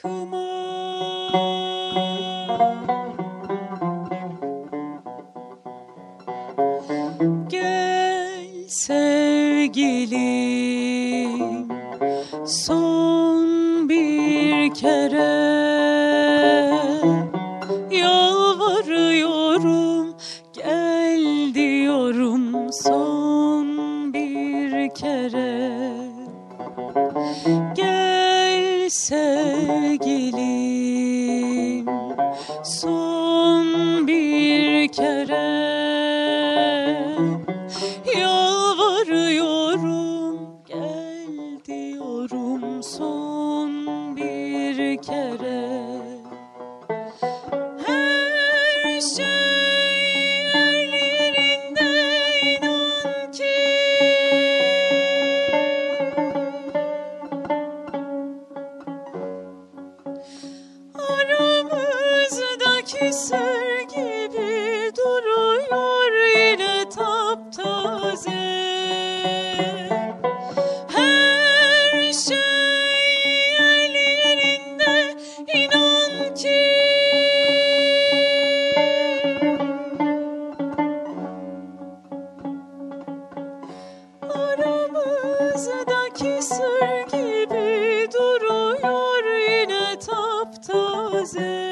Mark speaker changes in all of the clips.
Speaker 1: bırakma. Gel sevgilim, son bir kere yalvarıyorum, gel diyorum son bir kere. Gel sevgilim, son bir kere yalvarıyorum, gel diyorum son bir kere. Her şey ellerinde, inan ki aramızdaki sır gibi duruyor yine taptaze. Her şey ellerinde, inan ki aramızdaki sır gibi duruyor yine taptaze.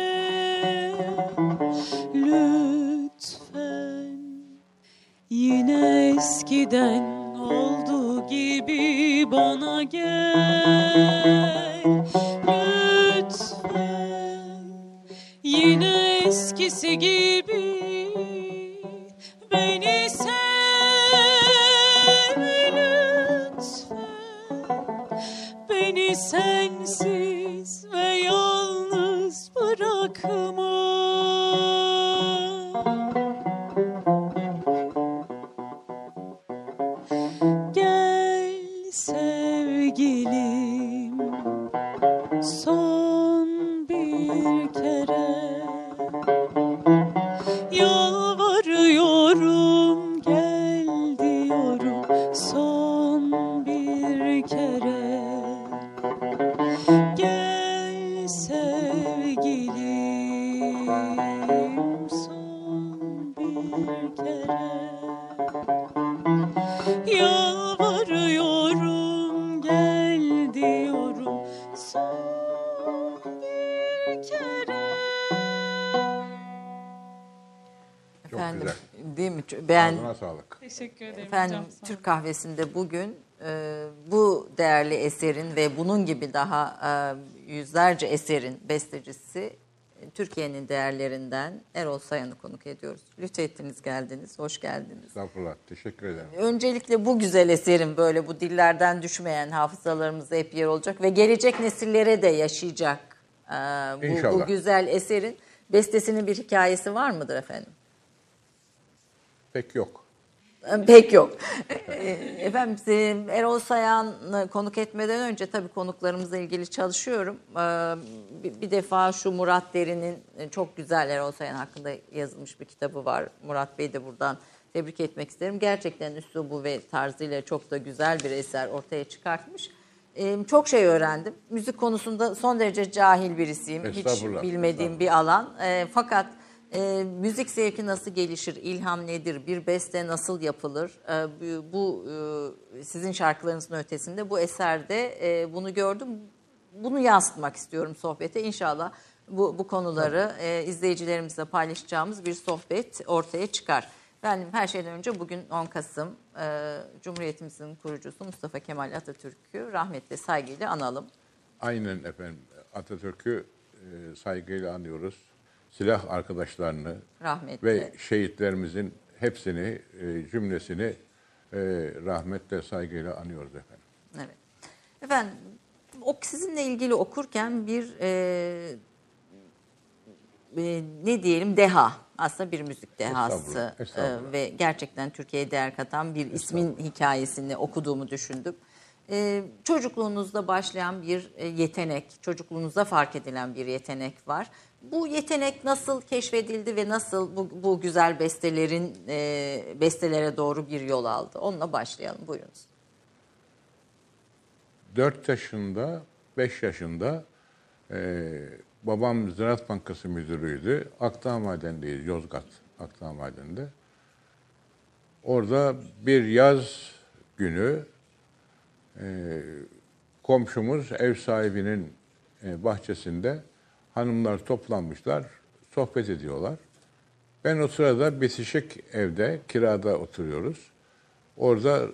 Speaker 1: Lütfen yine eskiden olduğu gibi bana gel. Lütfen yine eskisi gibi beni sev. Lütfen beni sensiz ve yalnız bırakma. Gel sevgilim, son bir kere yalvarıyorum, gel diyorum son bir kere. Gel sevgilim, son bir kere yalvarıyorum, gel diyorum son bir kere.
Speaker 2: Çok
Speaker 3: Efendim,
Speaker 2: güzel.
Speaker 3: değil mi?
Speaker 2: Ağzına sağlık.
Speaker 1: Teşekkür ederim
Speaker 3: Efendim,
Speaker 1: hocam. Sağ olun.
Speaker 3: Türk kahvesinde bugün bu değerli eserin ve bunun gibi daha yüzlerce eserin bestecisi, Türkiye'nin değerlerinden Erol Sayan'ı konuk ediyoruz. Lütfettiniz, geldiniz, hoş geldiniz.
Speaker 2: Estağfurullah. Teşekkür ederim.
Speaker 3: Öncelikle bu güzel eserin böyle bu dillerden düşmeyen hafızalarımızda hep yer olacak ve gelecek nesillere de yaşayacak bu
Speaker 2: İnşallah.
Speaker 3: güzel eserin bestesinin bir hikayesi var mıdır efendim?
Speaker 2: Pek yok.
Speaker 3: Pek yok. Efendim, Erol Sayan'ı konuk etmeden önce tabii konuklarımızla ilgili çalışıyorum. Bir defa şu Murat Derin'in çok güzel Erol Sayan hakkında yazılmış bir kitabı var. Murat Bey'i de buradan tebrik etmek isterim. Gerçekten üslubu ve tarzıyla çok da güzel bir eser ortaya çıkartmış. Çok şey öğrendim. Müzik konusunda son derece cahil birisiyim. Hiç bilmediğim bir alan. Fakat müzik zevki nasıl gelişir, ilham nedir, bir beste nasıl yapılır? Bu sizin şarkılarınızın ötesinde bu eserde bunu gördüm. Bunu yansıtmak istiyorum sohbete. İnşallah bu konuları izleyicilerimizle paylaşacağımız bir sohbet ortaya çıkar. Ben her şeyden önce bugün 10 Kasım Cumhuriyetimizin kurucusu Mustafa Kemal Atatürk'ü rahmetle, saygıyla analım.
Speaker 2: Aynen efendim. Atatürk'ü saygıyla anıyoruz. Silah arkadaşlarını
Speaker 3: Rahmetle.
Speaker 2: ve şehitlerimizin hepsini, cümlesini rahmetle, saygıyla anıyoruz efendim.
Speaker 3: Evet. Efendim, sizinle ilgili okurken bir ne diyelim, deha. Aslında bir müzik dehası.
Speaker 2: Estağfurullah.
Speaker 3: Ve gerçekten Türkiye'ye değer katan bir ismin hikayesini okuduğumu düşündüm. Çocukluğunuzda başlayan bir yetenek, çocukluğunuzda fark edilen bir yetenek var. Bu yetenek nasıl keşfedildi ve nasıl bu güzel bestelere doğru bir yol aldı? Onunla başlayalım. Buyurunuz.
Speaker 2: 4 yaşında, 5 yaşında Babam Ziraat Bankası müdürüydü. Akdağ Maden'deyiz, Yozgat Akdağ Maden'de. Orada bir yaz günü komşumuz ev sahibinin bahçesinde hanımlar toplanmışlar, sohbet ediyorlar. Ben o sırada bitişik evde, kirada oturuyoruz. Orada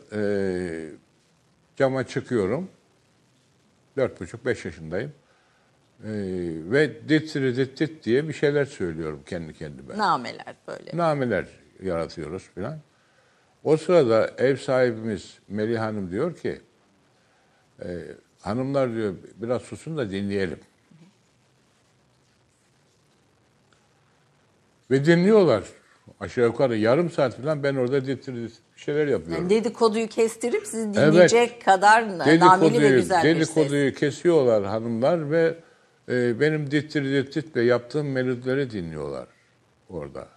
Speaker 2: cama çıkıyorum. 4,5-5 yaşındayım. Ve dit diye bir şeyler söylüyorum kendi kendime.
Speaker 3: Nameler böyle.
Speaker 2: Nameler yaratıyoruz filan. O sırada ev sahibimiz Melih Hanım diyor ki, hanımlar diyor biraz susun da dinleyelim. Ve dinliyorlar. Aşağı yukarı yarım saat falan ben orada dit bir şeyler yapıyorum.
Speaker 3: Yani dedikoduyu kestirip sizi dinleyecek kadar nameli ve güzel bir ses.
Speaker 2: Dedikoduyu kesiyorlar hanımlar ve benim dit ve yaptığım melodileri dinliyorlar orada.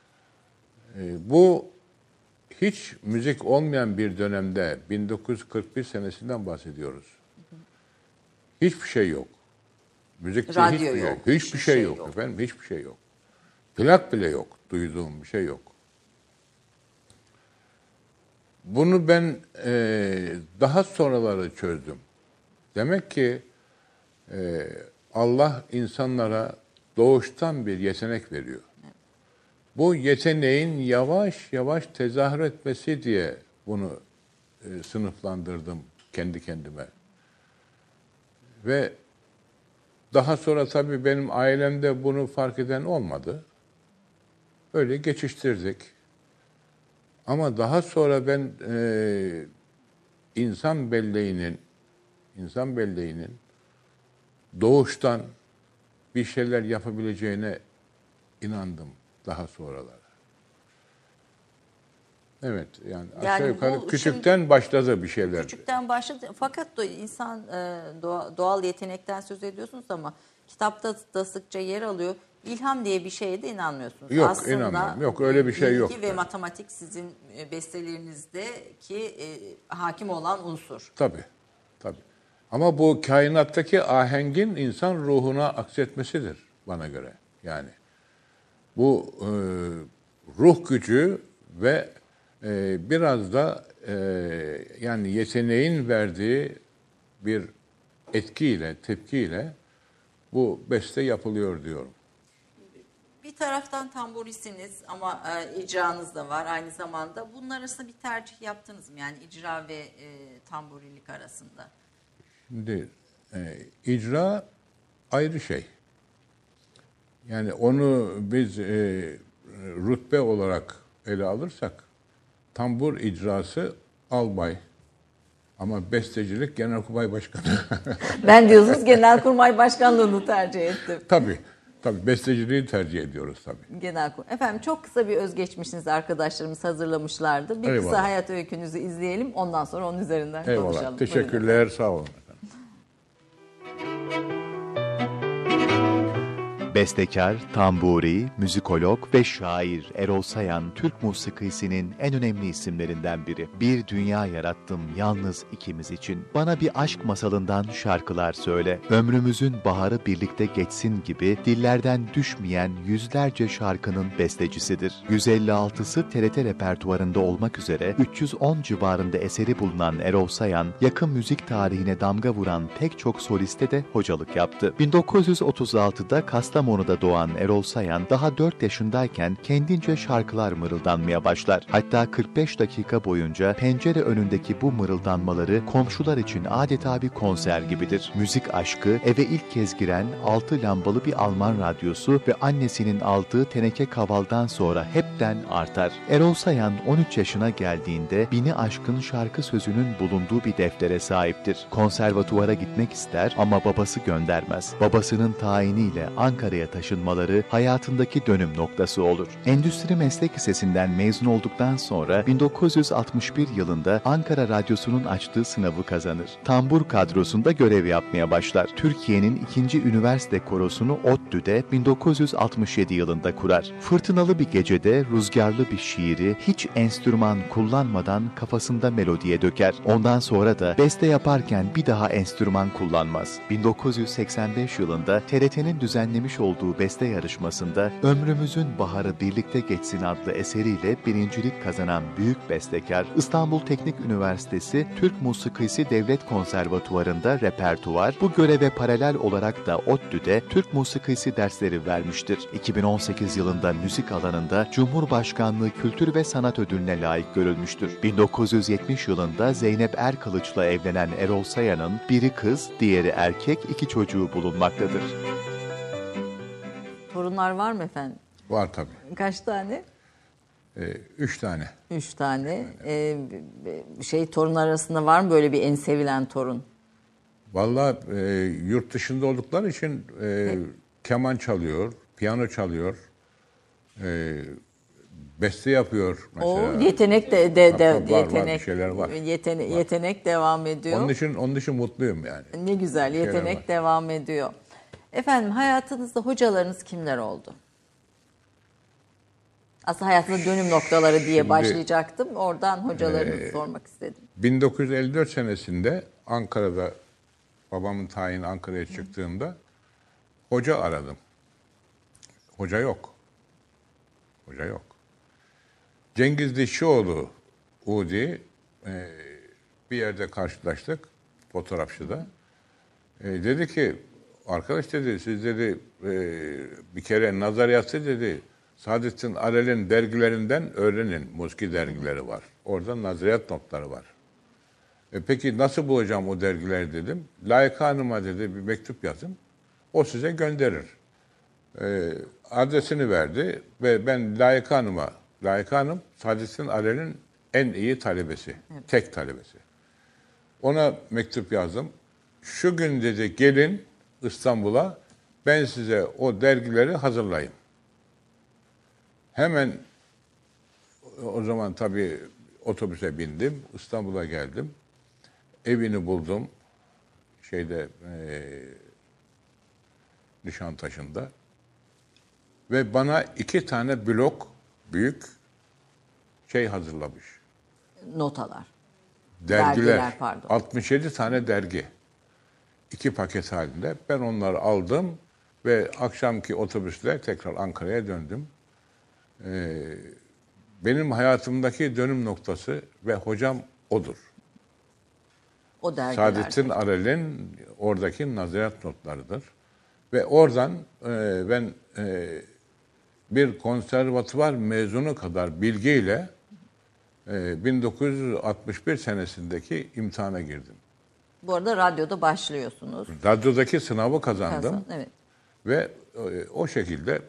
Speaker 2: Bu hiç müzik olmayan bir dönemde 1941 senesinden bahsediyoruz. Hiçbir şey yok. Müzikte
Speaker 3: Radyo
Speaker 2: hiçbir
Speaker 3: yok.
Speaker 2: Hiçbir şey yok efendim. Hiçbir şey yok. Plak bile yok. Duyduğum bir şey yok. Bunu ben daha sonraları çözdüm. Demek ki Allah insanlara doğuştan bir yetenek veriyor. Bu yeteneğin yavaş yavaş tezahür etmesi diye bunu sınıflandırdım kendi kendime. Ve daha sonra tabii benim ailemde bunu fark eden olmadı. Öyle geçiştirdik. Ama daha sonra ben insan belleğinin doğuştan bir şeyler yapabileceğine inandım daha sonralar. Evet, yani aşağı yukarı küçükten başladı bir şeyler.
Speaker 3: Küçükten başladı. Fakat insan doğal yetenekten söz ediyorsunuz ama kitapta da sıkça yer alıyor. İlham diye bir şeye de inanmıyorsunuz.
Speaker 2: Yok,
Speaker 3: aslında
Speaker 2: inanmıyorum. Yok, öyle bir şey yok.
Speaker 3: Bilgi ve matematik sizin bestelerinіздeki hakim olan unsur.
Speaker 2: Tabii. Ama bu kainattaki ahengin insan ruhuna aksetmesidir bana göre. Yani bu ruh gücü ve biraz da yani yeteneğin verdiği bir etkiyle, tepkiyle bu beste yapılıyor diyorum.
Speaker 3: Bir taraftan tamburisiniz ama icranız da var aynı zamanda. Bunlar arasında bir tercih yaptınız mı? Yani icra ve tamburilik arasında.
Speaker 2: Şimdi icra ayrı şey. Yani onu biz rütbe olarak ele alırsak tambur icrası albay ama bestecilik Genelkurmay Başkanı.
Speaker 3: Ben diyorsunuz Genelkurmay Başkanlığı'nı tercih ettim.
Speaker 2: Tabii besteciliği tercih ediyoruz tabii.
Speaker 3: Efendim çok kısa bir özgeçmişiniz arkadaşlarımız hazırlamışlardı. Bir kısa hayat öykünüzü izleyelim. Ondan sonra onun üzerinden konuşalım.
Speaker 2: Teşekkürler, sağ olun.
Speaker 4: Bestekar, tamburi, müzikolog ve şair Erol Sayan, Türk musikisinin en önemli isimlerinden biri. Bir dünya yarattım yalnız ikimiz için. Bana bir aşk masalından şarkılar söyle. Ömrümüzün baharı birlikte geçsin gibi dillerden düşmeyen yüzlerce şarkının bestecisidir. 156'sı TRT repertuarında olmak üzere 310 civarında eseri bulunan Erol Sayan, yakın müzik tarihine damga vuran pek çok soliste de hocalık yaptı. 1936'da Kastamonu'da doğan Erol Sayan daha 4 yaşındayken kendince şarkılar mırıldanmaya başlar. Hatta 45 dakika boyunca pencere önündeki bu mırıldanmaları komşular için adeta bir konser gibidir. Müzik aşkı eve ilk kez giren 6 lambalı bir Alman radyosu ve annesinin aldığı teneke kavaldan sonra hepten artar. Erol Sayan 13 yaşına geldiğinde bini aşkın şarkı sözünün bulunduğu bir deftere sahiptir. Konservatuvara gitmek ister ama babası göndermez. Babasının tayiniyle Ankara'ya Ankara'ya taşınmaları hayatındaki dönüm noktası olur. Endüstri Meslek Lisesi'nden mezun olduktan sonra 1961 yılında Ankara Radyosu'nun açtığı sınavı kazanır. Tambur kadrosunda görev yapmaya başlar. Türkiye'nin ikinci üniversite korosunu ODTÜ'de 1967 yılında kurar. Fırtınalı bir gecede rüzgarlı bir şiiri hiç enstrüman kullanmadan kafasında melodiye döker. Ondan sonra da beste yaparken bir daha enstrüman kullanmaz. 1985 yılında TRT'nin düzenlemiş olduğu beste yarışmasında Ömrümüzün Baharı Birlikte Geçsin adlı eseriyle birincilik kazanan büyük bestekar, İstanbul Teknik Üniversitesi Türk Musikisi Devlet Konservatuvarı'nda repertuvar, bu göreve paralel olarak da ODTÜ'de Türk Musikisi dersleri vermiştir. 2018 yılında müzik alanında Cumhurbaşkanlığı Kültür ve Sanat Ödülü'ne layık görülmüştür. 1970 yılında Zeynep Erkılıç'la evlenen Erol Sayan'ın biri kız, diğeri erkek 2 çocuğu bulunmaktadır.
Speaker 3: Torunlar var mı efendim?
Speaker 2: Var tabii.
Speaker 3: Kaç tane?
Speaker 2: 3 tane.
Speaker 3: 3 tane. Torunlar arasında var mı böyle bir en sevilen torun?
Speaker 2: Vallahi yurt dışında oldukları için keman çalıyor, piyano çalıyor, beste yapıyor mesela.
Speaker 3: O yetenek de
Speaker 2: var, bir şeyler var.
Speaker 3: Yetenek devam ediyor.
Speaker 2: Onun için mutluyum yani.
Speaker 3: Ne güzel, yetenek devam ediyor. Efendim, hayatınızda hocalarınız kimler oldu? Aslında hayatınızda dönüm noktaları diye başlayacaktım. Oradan hocalarınızı sormak istedim.
Speaker 2: 1954 senesinde Ankara'da, babamın tayini Ankara'ya çıktığımda hoca aradım. Hoca yok. Cengiz Dişçioğlu Udi bir yerde karşılaştık, fotoğrafçıda. Dedi ki, arkadaş dedi, siz dedi bir kere nazariyatı dedi, Saadettin Arel'in dergilerinden öğrenin. Musiki dergileri var. Orada nazariyat notları var. Peki nasıl bulacağım o dergileri dedim. Layıka Hanım'a dedi bir mektup yazın. O size gönderir. Adresini verdi ve ben Layıka Hanım Saadettin Arel'in en iyi talebesi. Evet. Tek talebesi. Ona mektup yazdım. Şu gün dedi gelin İstanbul'a, ben size o dergileri hazırlayayım. Hemen o zaman tabii otobüse bindim. İstanbul'a geldim. Evini buldum. Nişantaşı'nda. Ve bana 2 tane blok büyük hazırlamış.
Speaker 3: Notalar.
Speaker 2: Dergiler
Speaker 3: pardon.
Speaker 2: 67 tane dergi. 2 paket halinde. Ben onları aldım ve akşamki otobüsle tekrar Ankara'ya döndüm. Benim hayatımdaki dönüm noktası ve hocam odur.
Speaker 3: O dergiler.
Speaker 2: Saadettin Arel'in oradaki nazariyat notlarıdır. Ve oradan ben bir konservatuvar mezunu kadar bilgiyle 1961 senesindeki imtihana girdim.
Speaker 3: Bu arada radyoda başlıyorsunuz.
Speaker 2: Radyodaki sınavı kazandım.
Speaker 3: Evet.
Speaker 2: Ve o şekilde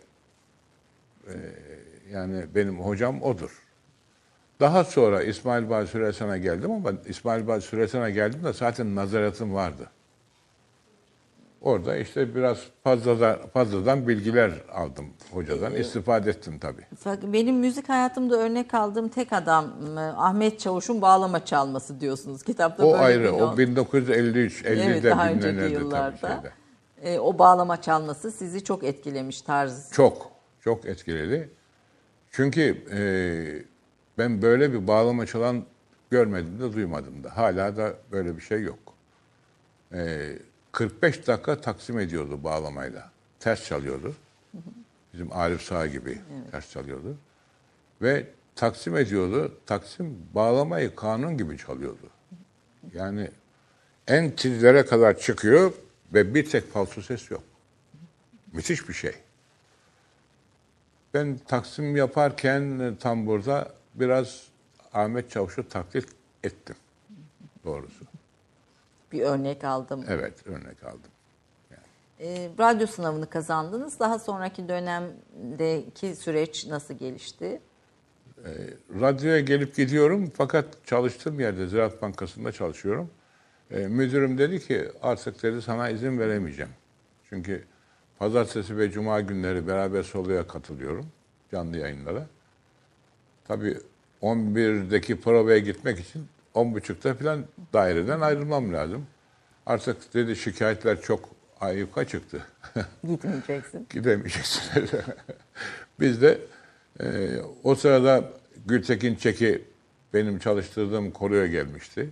Speaker 2: yani benim hocam odur. Daha sonra İsmail Bey Süresen'e geldim ama İsmail Bey Süresen'e geldiğimde zaten nazariyatım vardı. Orada işte biraz fazladan bilgiler aldım hocadan. İstifade ettim tabii.
Speaker 3: Benim müzik hayatımda örnek aldığım tek adam Ahmet Çavuş'un bağlama çalması diyorsunuz. Kitapta
Speaker 2: o
Speaker 3: böyle
Speaker 2: ayrı. O 1953, 50'de
Speaker 3: evet, daha önceki yıllarda. O bağlama çalması sizi çok etkilemiş tarz.
Speaker 2: Çok etkiledi. Çünkü ben böyle bir bağlama çalan görmedim de duymadım da. Hala da böyle bir şey yok. 45 dakika taksim ediyordu bağlamayla. Ters çalıyordu. Bizim Arif Sağ gibi ters çalıyordu. Ve taksim ediyordu. Taksim bağlamayı kanun gibi çalıyordu. Yani en tizlere kadar çıkıyor ve bir tek falso ses yok. Müthiş bir şey. Ben taksim yaparken tamburda biraz Ahmet Çavuş'u taklit ettim doğrusu.
Speaker 3: Bir örnek aldım.
Speaker 2: Evet, örnek aldım. Yani.
Speaker 3: Radyo sınavını kazandınız. Daha sonraki dönemdeki süreç nasıl gelişti?
Speaker 2: Radyoya gelip gidiyorum fakat çalıştığım yerde Ziraat Bankası'nda çalışıyorum. Müdürüm dedi ki artık dedi sana izin veremeyeceğim. Çünkü pazartesi ve cuma günleri beraber soloya katılıyorum. Canlı yayınlara. Tabii 11'deki provaya gitmek için 10.30'da falan daireden ayrılmam lazım. Artık dedi şikayetler çok ayyuka çıktı.
Speaker 3: Gitmeyeceksin.
Speaker 2: Gidemeyeceksin. Biz de o sırada Gültekin Çeki benim çalıştırdığım koroya gelmişti.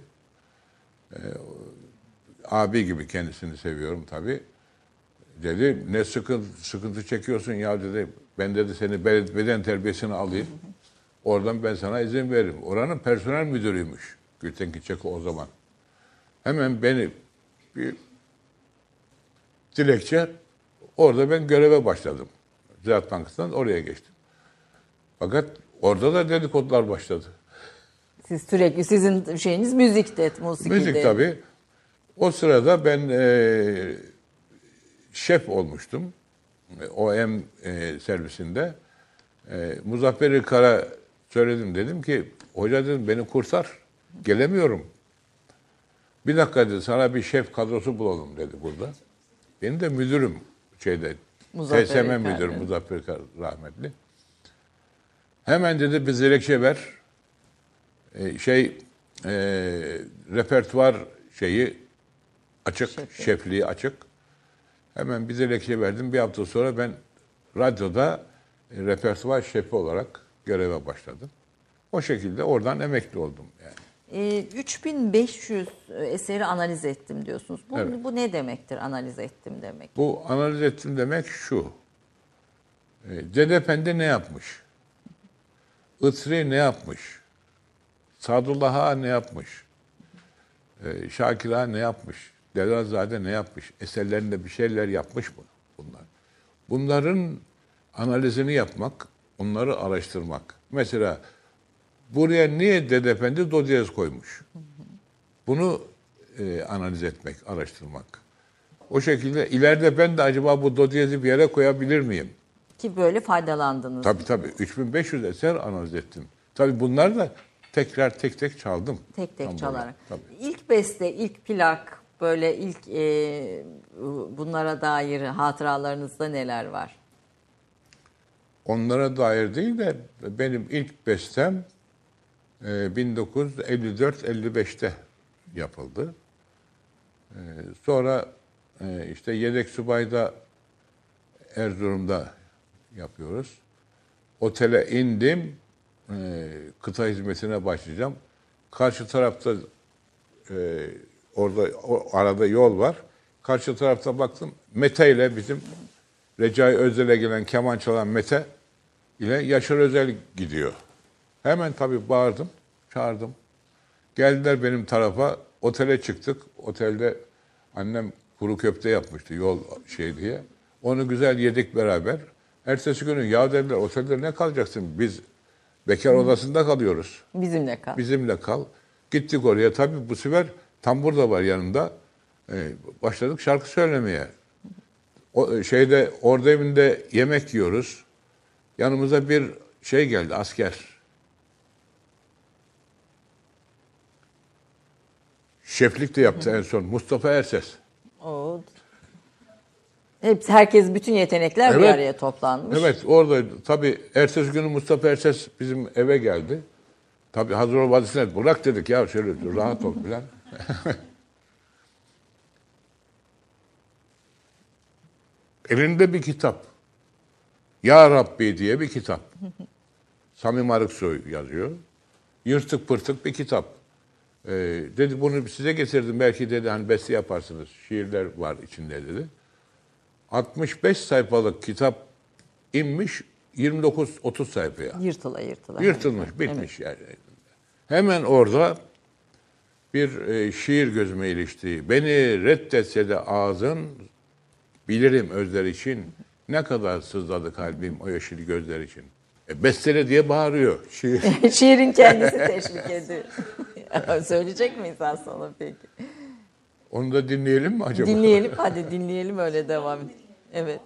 Speaker 2: Abi gibi kendisini seviyorum tabii. Dedi ne sıkıntı çekiyorsun ya dedi. Ben dedi seni beden terbiyesine alayım. Oradan ben sana izin veririm. Oranın personel müdürüymüş Gültekin Çeki o zaman. Hemen beni bir dilekçe, orada ben göreve başladım. Ziraat Bankası'ndan oraya geçtim. Fakat orada da dedikodular başladı.
Speaker 3: Siz sürekli sizin şeyiniz müzikte, musikide.
Speaker 2: Müzik tabii. O sırada ben şef olmuştum. OM servisinde. Muzaffer İlkar'a söyledim. Dedim ki hoca dedim beni kurtar. Gelemiyorum. Bir dakika dedi sana bir şef kadrosu bulalım dedi burada. Benim de müdürüm
Speaker 3: Muzaffer
Speaker 2: TSM
Speaker 3: İlkar,
Speaker 2: müdürüm
Speaker 3: evet.
Speaker 2: Muzaffer İlkar rahmetli. Hemen dedi bir dilekçe ver. Repertuar şeyi açık, şefliği açık. Hemen bir dilekçe verdim. Bir hafta sonra ben radyoda repertuar şefi olarak göreve başladım. O şekilde oradan emekli oldum yani.
Speaker 3: 3500 eseri analiz ettim diyorsunuz.
Speaker 2: Evet.
Speaker 3: Bu ne demektir analiz ettim demek?
Speaker 2: Bu analiz ettim demek şu. Dede Efendi ne yapmış? Itri ne yapmış? Sadullah Ağa ne yapmış? Şakir Ağa ne yapmış? Derazade ne yapmış? Eserlerinde bir şeyler yapmış mı bunlar? Bunların analizini yapmak, onları araştırmak. Mesela buraya niye Dede Efendi do diyez koymuş? Bunu analiz etmek, araştırmak. O şekilde ileride ben de acaba bu do diyezi bir yere koyabilir miyim?
Speaker 3: Ki böyle faydalandınız.
Speaker 2: Tabii. 3500 eser analiz ettim. Tabii bunlar da tekrar tek çaldım.
Speaker 3: Tek
Speaker 2: Tam
Speaker 3: çalarak.
Speaker 2: tabii.
Speaker 3: İlk beste, ilk plak, böyle ilk bunlara dair hatıralarınızda neler var?
Speaker 2: Onlara dair değil de benim ilk bestem 1954-55'te yapıldı. Sonra işte Yedek Subay'da Erzurum'da yapıyoruz. Otele indim, kıta hizmetine başlayacağım. Karşı tarafta orada o arada yol var. Karşı tarafta baktım Mete ile bizim Recai Özel'e gelen keman çalan Mete ile Yaşar Özel gidiyor. Hemen tabii bağırdım, çağırdım. Geldiler benim tarafa, otele çıktık. Otelde annem kuru köfte yapmıştı yol diye. Onu güzel yedik beraber. Ertesi günü ya dediler otelde ne kalacaksın? Biz bekar odasında kalıyoruz.
Speaker 3: Bizimle kal.
Speaker 2: Bizimle kal. Gittik oraya. Tabii bu sefer tambur da var yanında. Başladık şarkı söylemeye. Orada evinde yemek yiyoruz. Yanımıza bir geldi, asker. Şeflik de yaptı en son. Mustafa Erses.
Speaker 3: Herkes, bütün yetenekler bir
Speaker 2: Evet.
Speaker 3: araya toplanmış.
Speaker 2: Evet, orada tabii ertesi günü Mustafa Erses bizim eve geldi. Tabii hazır ol vazisine bırak dedik ya şöyle dur, rahat ol falan. Elinde bir kitap. Ya Rabbi diye bir kitap. Samim Arıksoy yazıyor. Yırtık pırtık bir kitap. Dedi bunu size getirdim. Belki dedi hani beste yaparsınız. Şiirler var içinde dedi. 65 sayfalık kitap inmiş 29-30 sayfaya.
Speaker 3: Yırtıla.
Speaker 2: Yırtılmış, bitmiş yani. Hemen orada bir şiir gözüme ilişti. Beni reddetse de ağzın, bilirim özler için, ne kadar sızladı kalbim o yeşil gözler için. Bestele diye bağırıyor şiir.
Speaker 3: Şiirin kendisi teşvik ediyor. Söyleyecek miyiz az sonra peki?
Speaker 2: Onu da dinleyelim mi acaba?
Speaker 3: Dinleyelim, hadi dinleyelim öyle devam edelim. Evet.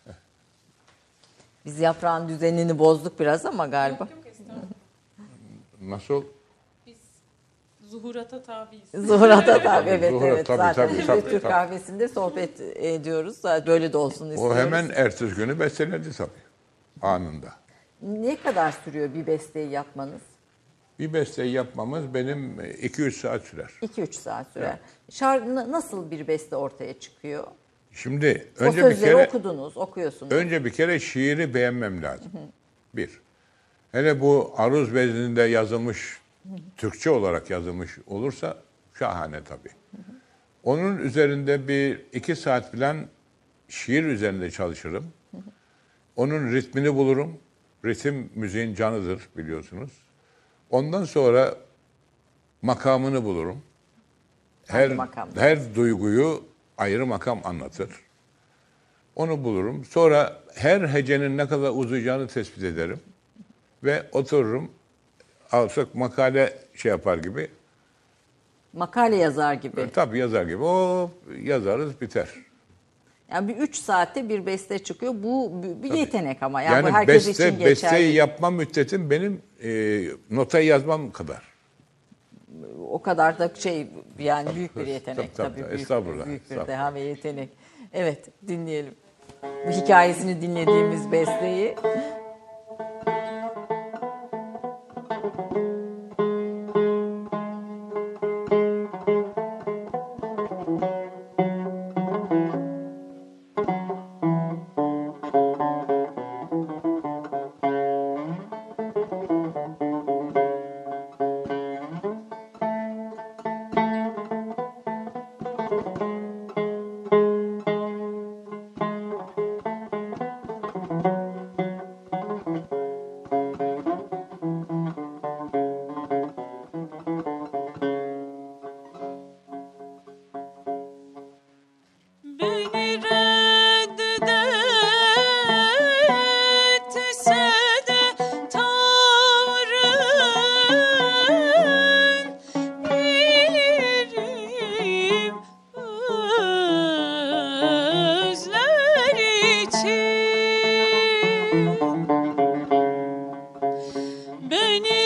Speaker 3: Biz yaprağın düzenini bozduk biraz ama galiba.
Speaker 2: Nasıl?
Speaker 1: Zuhurata tabiiz.
Speaker 3: Zuhurata tabi, evet
Speaker 2: Zuhura,
Speaker 3: evet.
Speaker 2: tabii,
Speaker 3: Zaten
Speaker 2: tabii,
Speaker 3: biz
Speaker 2: tabii,
Speaker 3: de Türk
Speaker 2: tabii.
Speaker 3: kahvesinde sohbet ediyoruz. Böyle de olsun istiyoruz.
Speaker 2: O hemen ertesi günü besteledi tabii. Anında.
Speaker 3: Ne kadar sürüyor bir besteyi yapmanız?
Speaker 2: Bir besteyi yapmamız benim 2-3 saat sürer.
Speaker 3: 2-3 saat sürer. Şarkı nasıl bir beste ortaya çıkıyor?
Speaker 2: Şimdi
Speaker 3: O
Speaker 2: önce bir
Speaker 3: sözleri
Speaker 2: kere
Speaker 3: okudunuz, okuyorsunuz.
Speaker 2: önce bir kere şiiri beğenmem lazım. Bir. Hele bu aruz vezninde yazılmış, Türkçe olarak yazılmış olursa şahane tabii. Onun üzerinde bir 2 saat falan şiir üzerinde çalışırım. Onun ritmini bulurum. Ritim müziğin canıdır biliyorsunuz. Ondan sonra makamını bulurum.
Speaker 3: Hangi makam?
Speaker 2: Her duyguyu ayrı makam anlatır. Onu bulurum. Sonra her hecenin ne kadar uzayacağını tespit ederim. Ve otururum. Alsak makale şey yapar gibi.
Speaker 3: Makale yazar gibi.
Speaker 2: Tabii yazar gibi. O yazarız biter.
Speaker 3: Yani bir 3 saatte bir beste çıkıyor. Bu bir yetenek ama. Yani bu
Speaker 2: Yani
Speaker 3: herkes için geçerli.
Speaker 2: besteyi yapma müddetim benim notayı yazmam kadar.
Speaker 3: O kadar da yani büyük bir yetenek.
Speaker 2: Tabii,
Speaker 3: Büyük,
Speaker 2: estağfurullah,
Speaker 3: büyük bir
Speaker 2: estağfurullah.
Speaker 3: deha ve yetenek. Evet, dinleyelim. Bu hikayesini dinlediğimiz besteyi.
Speaker 1: Beni reddetse de tavrın bilirim özler için. Beni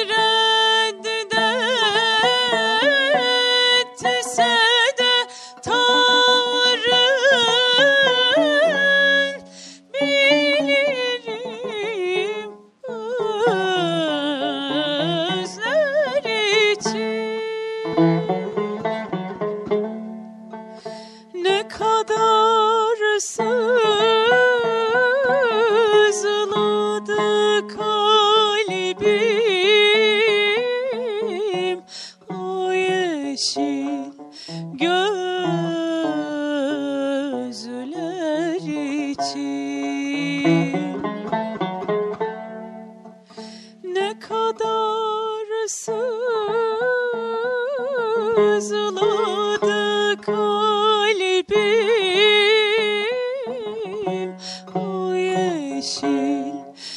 Speaker 1: reddetse de tavrın bilirim özler için. Ne kadar sızladı kalbim o yeşil gözler için. Ne kadar sızladı kalbim o yeşil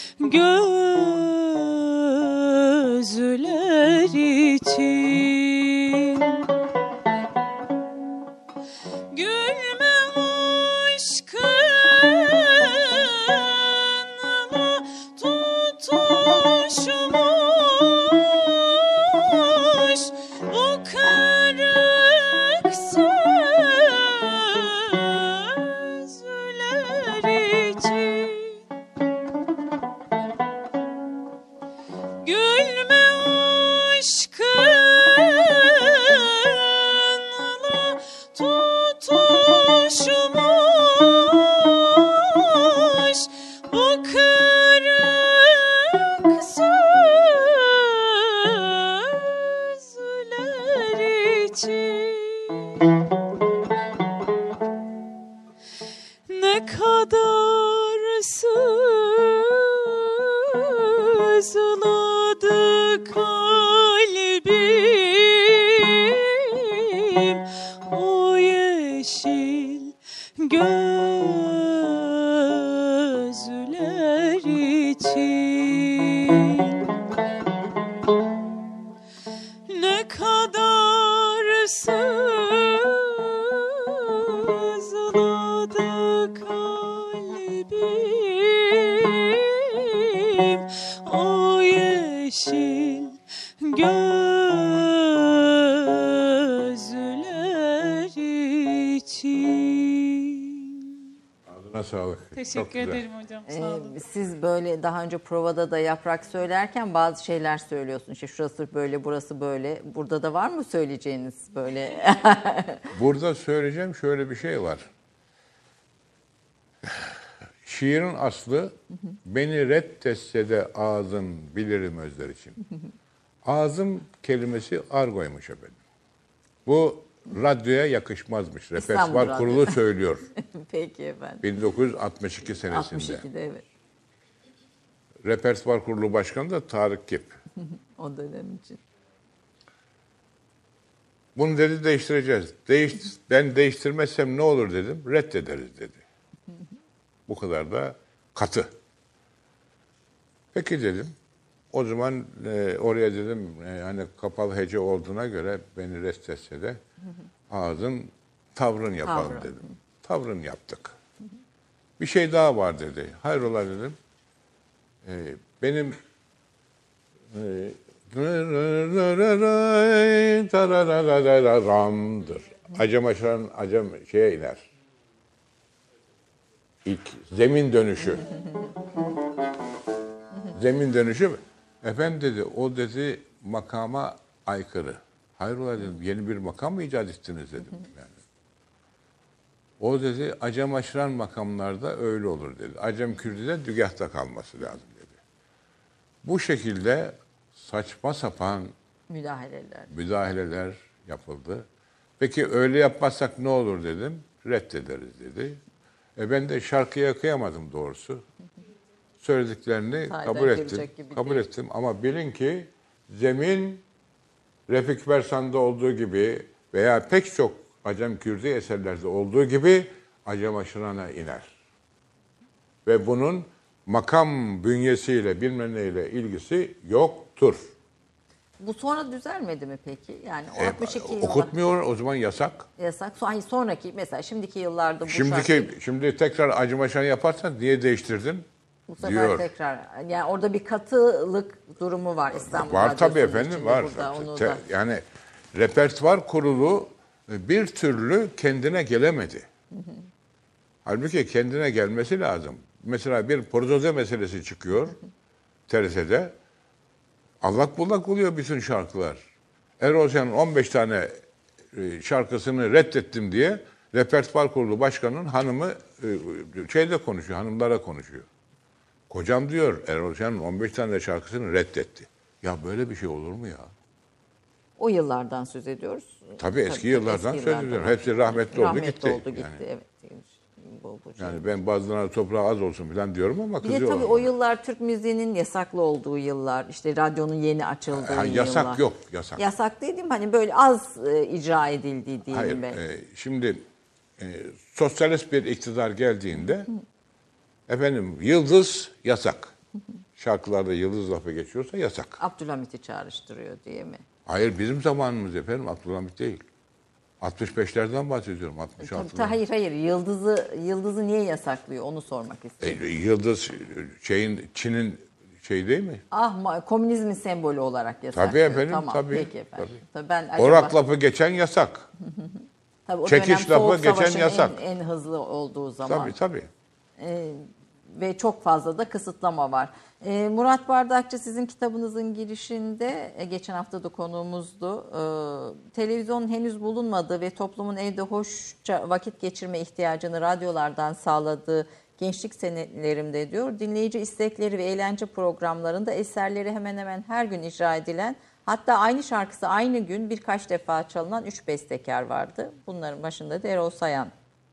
Speaker 1: gözler için. Gülmem aşkınla tutuşmuş bu kırık sözler için. Gülme aşkınla tutuşmuş bu kırık sözler için. Ne kadar sızladı kalbim o yeşil gözler için. Ne kadar sızladı kalbim o yeşil gözler
Speaker 2: Ağzına sağlık. Çok
Speaker 1: Teşekkür
Speaker 2: güzel.
Speaker 1: ederim hocam. Sağ olun.
Speaker 3: Siz böyle daha önce provada da Yaprak söylerken bazı şeyler söylüyorsun. İşte şurası böyle, burası böyle. Burada da var mı söyleyeceğiniz böyle?
Speaker 2: Burada söyleyeceğim şöyle bir şey var. Şiirin aslı beni reddetse de ağzın bilirim özler için. Ağzım kelimesi argoymuş efendim. Bu radyoya yakışmazmış. Repertuar
Speaker 3: Radyo.
Speaker 2: Kurulu söylüyor.
Speaker 3: Peki efendim.
Speaker 2: 1962 senesinde.
Speaker 3: 62'de evet.
Speaker 2: Repertuar Kurulu Başkanı da Tarık Kip.
Speaker 3: O dönem için.
Speaker 2: Bunu dedi değiştireceğiz. Ben değiştirmezsem ne olur dedim. Reddederiz dedi. Bu kadar da katı. Peki dedim. O zaman oraya dedim hani kapalı hece olduğuna göre beni reddetse de ağzın tavrın yapalım
Speaker 3: Tavrın.
Speaker 2: dedim. Tavrın yaptık. Bir şey daha var dedi. Hayrola dedim. Benim ramdır. Acem aşaran acem şeye iner. İlk zemin dönüşü. Zemin dönüşü. Efendim dedi, o dedi makama aykırı. Hayrola dedim, yeni bir makam mı icat ettiniz dedim. Yani. O dedi, acem aşıran makamlarda öyle olur dedi. Acem Kürdi'de dügahta kalması lazım dedi. Bu şekilde saçma sapan müdahaleler yapıldı. Peki öyle yapmazsak ne olur dedim. Reddederiz dedi. Ben de şarkıya kıyamadım doğrusu. Söylediklerini kabul ettim. Ama bilin ki zemin Refik Bersan'da olduğu gibi veya pek çok Acem Kürdi eserlerde olduğu gibi Acem aşırana iner. Ve bunun makam bünyesiyle bilmem neyle ilgisi yoktur.
Speaker 3: Bu sonra düzelmedi mi peki? Yani o 62 yılda
Speaker 2: Okutmuyor, o zaman yasak.
Speaker 3: yasak. Sonraki mesela şimdiki yıllarda bu şarkıyı
Speaker 2: Şimdi tekrar Acem aşıran yaparsan niye değiştirdin?
Speaker 3: bu sefer
Speaker 2: diyor.
Speaker 3: tekrar yani orada bir katılık durumu var İstanbul
Speaker 2: Var tabii
Speaker 3: Radyosu'nun
Speaker 2: efendim,
Speaker 3: içinde
Speaker 2: var.
Speaker 3: burada, onu da.
Speaker 2: Yani repertuar kurulu bir türlü kendine gelemedi. Halbuki kendine gelmesi lazım. Mesela bir prozode meselesi çıkıyor TRT'de. Allak bullak oluyor bütün şarkılar. Erol Şen'in 15 tane şarkısını reddettim diye repertuar kurulu başkanının hanımı şeyde konuşuyor, hanımlara konuşuyor. Kocam diyor Erol Şen'in 15 tane şarkısını reddetti. Ya böyle bir şey olur mu ya?
Speaker 3: O yıllardan söz ediyoruz.
Speaker 2: Tabii eski yıllardan söz ediyorum. Hepsi rahmetli oldu gitti.
Speaker 3: Oldu gitti
Speaker 2: Yani.
Speaker 3: evet. Bu şey.
Speaker 2: Yani ben bazılarına toprağı az olsun falan diyorum ama
Speaker 3: Bir de
Speaker 2: kızıyorlar.
Speaker 3: tabii o yıllar Türk müziğinin yasaklı olduğu yıllar, işte radyonun yeni açıldığı yıllar.
Speaker 2: Yasak yok, yasak.
Speaker 3: Yasak dediğim hani böyle az icra edildiği diyelim
Speaker 2: Hayır,
Speaker 3: ben.
Speaker 2: şimdi sosyalist bir iktidar geldiğinde efendim yıldız yasak. Şarkılarda yıldız lafı geçiyorsa yasak.
Speaker 3: Abdülhamit'i çağrıştırıyor diye mi?
Speaker 2: Hayır bizim zamanımız efendim Abdülhamit değil. 65'lerden bahsediyorum, 66'dan.
Speaker 3: Hayır. Yıldızı niye yasaklıyor? Onu sormak istiyorum.
Speaker 2: Yıldız Çin'in şey değil mi?
Speaker 3: Komünizmin sembolü olarak yasaklıyor.
Speaker 2: Tabii efendim,
Speaker 3: tamam,
Speaker 2: tabii.
Speaker 3: Peki efendim.
Speaker 2: Tabii.
Speaker 3: Ben
Speaker 2: Orak lafı geçen yasak.
Speaker 3: tabii o
Speaker 2: çekiş
Speaker 3: dönem
Speaker 2: lafı
Speaker 3: Soğuk
Speaker 2: geçen
Speaker 3: Savaş'ın
Speaker 2: yasak.
Speaker 3: En hızlı olduğu zaman.
Speaker 2: Tabii.
Speaker 3: Ve çok fazla da kısıtlama var. Murat Bardakçı sizin kitabınızın girişinde geçen hafta da konuğumuzdu. Televizyonun henüz bulunmadığı ve toplumun evde hoşça vakit geçirme ihtiyacını radyolardan sağladığı gençlik senelerimde diyor. Dinleyici istekleri ve eğlence programlarında eserleri hemen hemen her gün icra edilen, hatta aynı şarkısı aynı gün birkaç defa çalınan 3 bestekar vardı. Bunların başında da Erol Sayan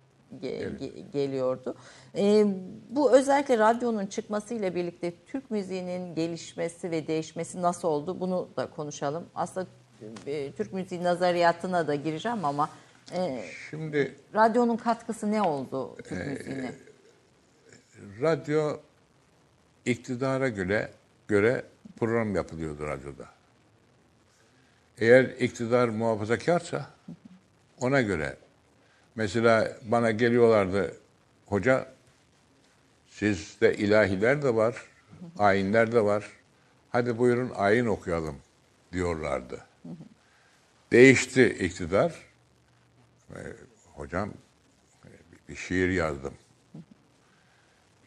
Speaker 3: geliyordu. Bu özellikle radyonun çıkmasıyla birlikte Türk müziğinin gelişmesi ve değişmesi nasıl oldu? Bunu da konuşalım. Aslında Türk müziği nazariyatına da gireceğim ama
Speaker 2: Şimdi
Speaker 3: radyonun katkısı ne oldu Türk müziğine?
Speaker 2: radyo iktidara göre program yapılıyordu radyoda. Eğer iktidar muhafazakarsa ona göre. Mesela bana geliyorlardı, hoca sizde ilahiler de var, ayinler de var. Hadi buyurun ayin okuyalım diyorlardı. Değişti iktidar. Hocam bir şiir yazdım.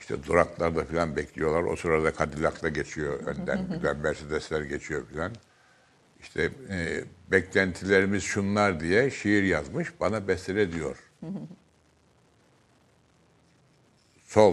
Speaker 2: İşte duraklarda falan bekliyorlar. O sırada Cadillac'la geçiyor önden. Güzel Mercedesler geçiyor falan. İşte beklentilerimiz şunlar diye şiir yazmış. Bana bestele diyor. Sol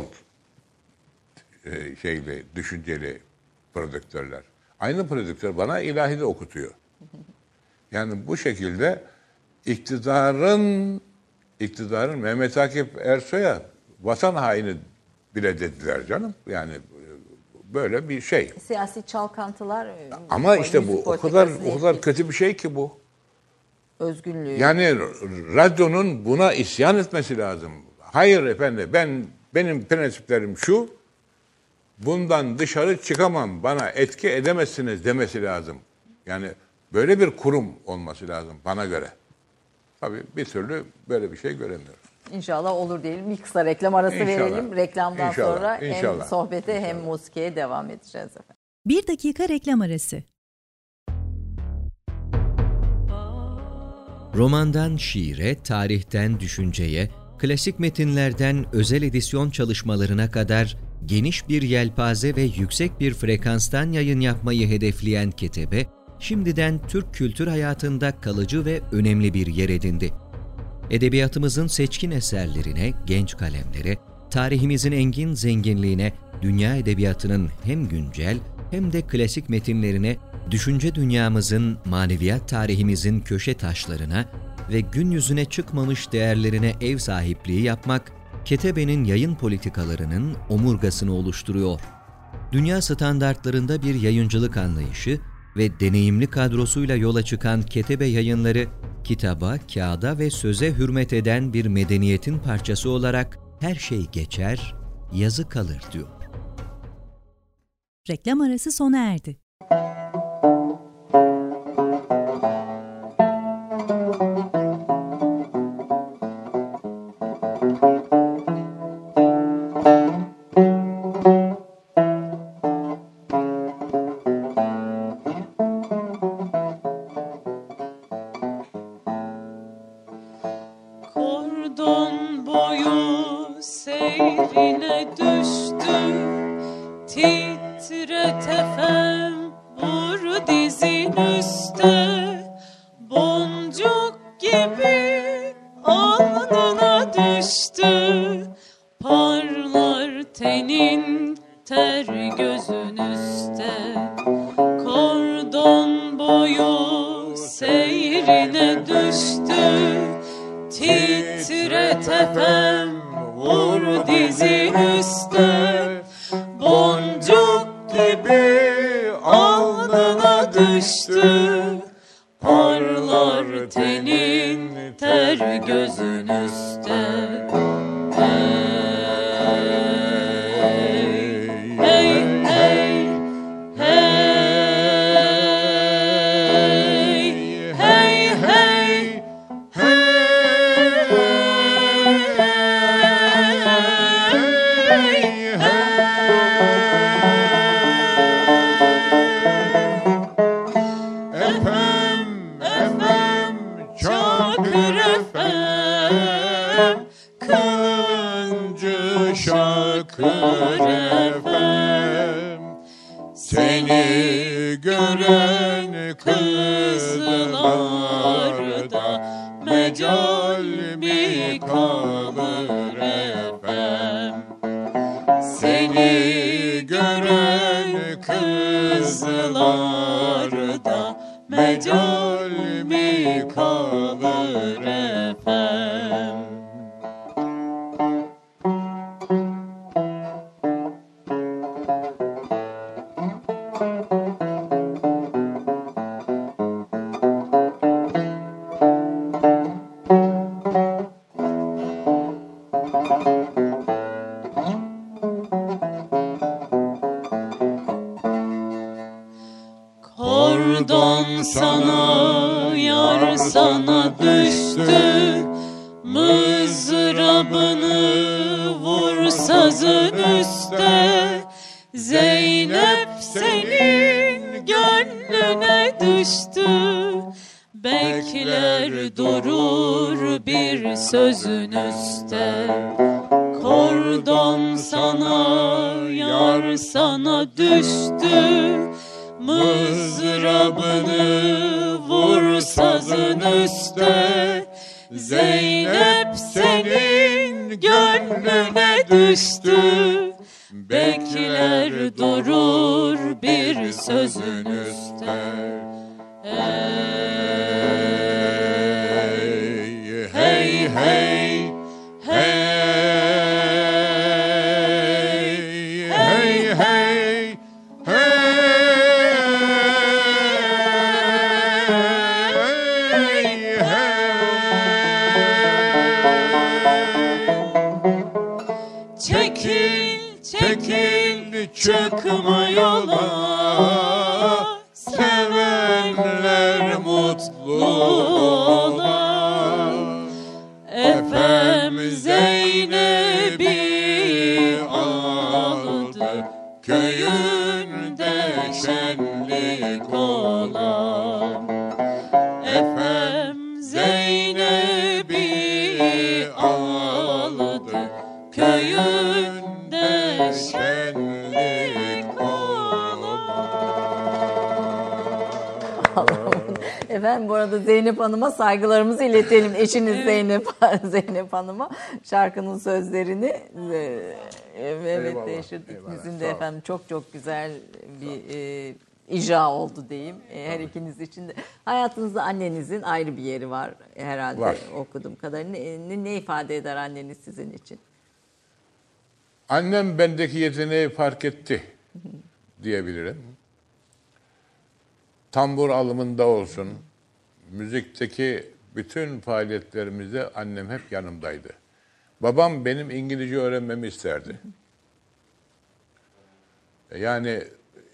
Speaker 2: düşünceli prodüktörler. Aynı prodüktör bana ilahi de okutuyor. Yani bu şekilde iktidarın Mehmet Akif Ersoy'a vatan haini bile dediler canım. Yani böyle bir şey.
Speaker 3: Siyasi çalkantılar.
Speaker 2: Ama işte bu o kadar kötü bir şey ki bu.
Speaker 3: Özgürlüğü.
Speaker 2: Yani radyonun buna isyan etmesi lazım. Hayır efendim, benim prensiplerim şu. Bundan dışarı çıkamam. Bana etki edemezsiniz demesi lazım. Yani böyle bir kurum olması lazım bana göre. Tabii bir türlü böyle bir şey göremiyoruz.
Speaker 3: İnşallah olur diyelim. Bir kısa reklam arası verelim. Reklamdan sonra hem sohbete hem musikiye devam edeceğiz efendim.
Speaker 5: 1 dakika reklam arası.
Speaker 6: Romandan şiire, tarihten düşünceye, klasik metinlerden özel edisyon çalışmalarına kadar geniş bir yelpaze ve yüksek bir frekanstan yayın yapmayı hedefleyen Ketebe, şimdiden Türk kültür hayatında kalıcı ve önemli bir yer edindi. Edebiyatımızın seçkin eserlerine, genç kalemlere, tarihimizin engin zenginliğine, dünya edebiyatının hem güncel hem de klasik metinlerine, düşünce dünyamızın, maneviyat tarihimizin köşe taşlarına ve gün yüzüne çıkmamış değerlerine ev sahipliği yapmak, Ketebe'nin yayın politikalarının omurgasını oluşturuyor. Dünya standartlarında bir yayıncılık anlayışı ve deneyimli kadrosuyla yola çıkan Ketebe Yayınları, kitaba, kağıda ve söze hürmet eden bir medeniyetin parçası olarak her şey geçer, yazı kalır diyor.
Speaker 5: Reklam arası sona erdi.
Speaker 1: Kordon boyu seyrine düştü, titret efem, vur dizin üste, boncuk gibi alnına düştü, parlar tenin ter gözün üstte. Kordon boyu seyrine düştü, titret efem, vur dizin üstte, boncuk gibi alnına düştü, parlar tenin ter gözün üstte. Hey, hey, hey, hey, hey, hey. Çakır efem, kılıncı şakır efem, seni gören kızlar da mecal mi kalır efem, seni gören kızlar da mecal mi kalır efem. Kordon sana, yar sana düştü, mızrabını vur sazın üstte, Zeynep senin gönlüne düştü, bekler durur bir sözün üstte. Kordon sana, sana düştü. Mızrabını vur sazın üste, Zeynep senin gönlüne düştü. Bekler durur bir sözün üste. Hey, hey, hey, hey, hey, hey, çekil, çekil, çıkma yola, sevenler mutlu ola. Efem Zeynep'i aldı, köyünde şenlik ola. Efem Zeynep'i aldı, köyünde şenlik ola.
Speaker 3: Efendim bu arada Zeynep Hanım'a saygılarımızı iletelim. Eşiniz Zeynep Hanım'a şarkının sözlerini Mehmet Değişir ikimizin de efendim çok güzel bir icra oldu diyeyim. Her ikiniz için de. Hayatınızda annenizin ayrı bir yeri var herhalde
Speaker 2: Var.
Speaker 3: okuduğum kadarıyla. Ne ifade eder anneniz sizin için?
Speaker 2: Annem bendeki yeteneği fark etti diyebilirim. Tambur alımında olsun, müzikteki bütün faaliyetlerimizde annem hep yanımdaydı. Babam benim İngilizce öğrenmemi isterdi. Yani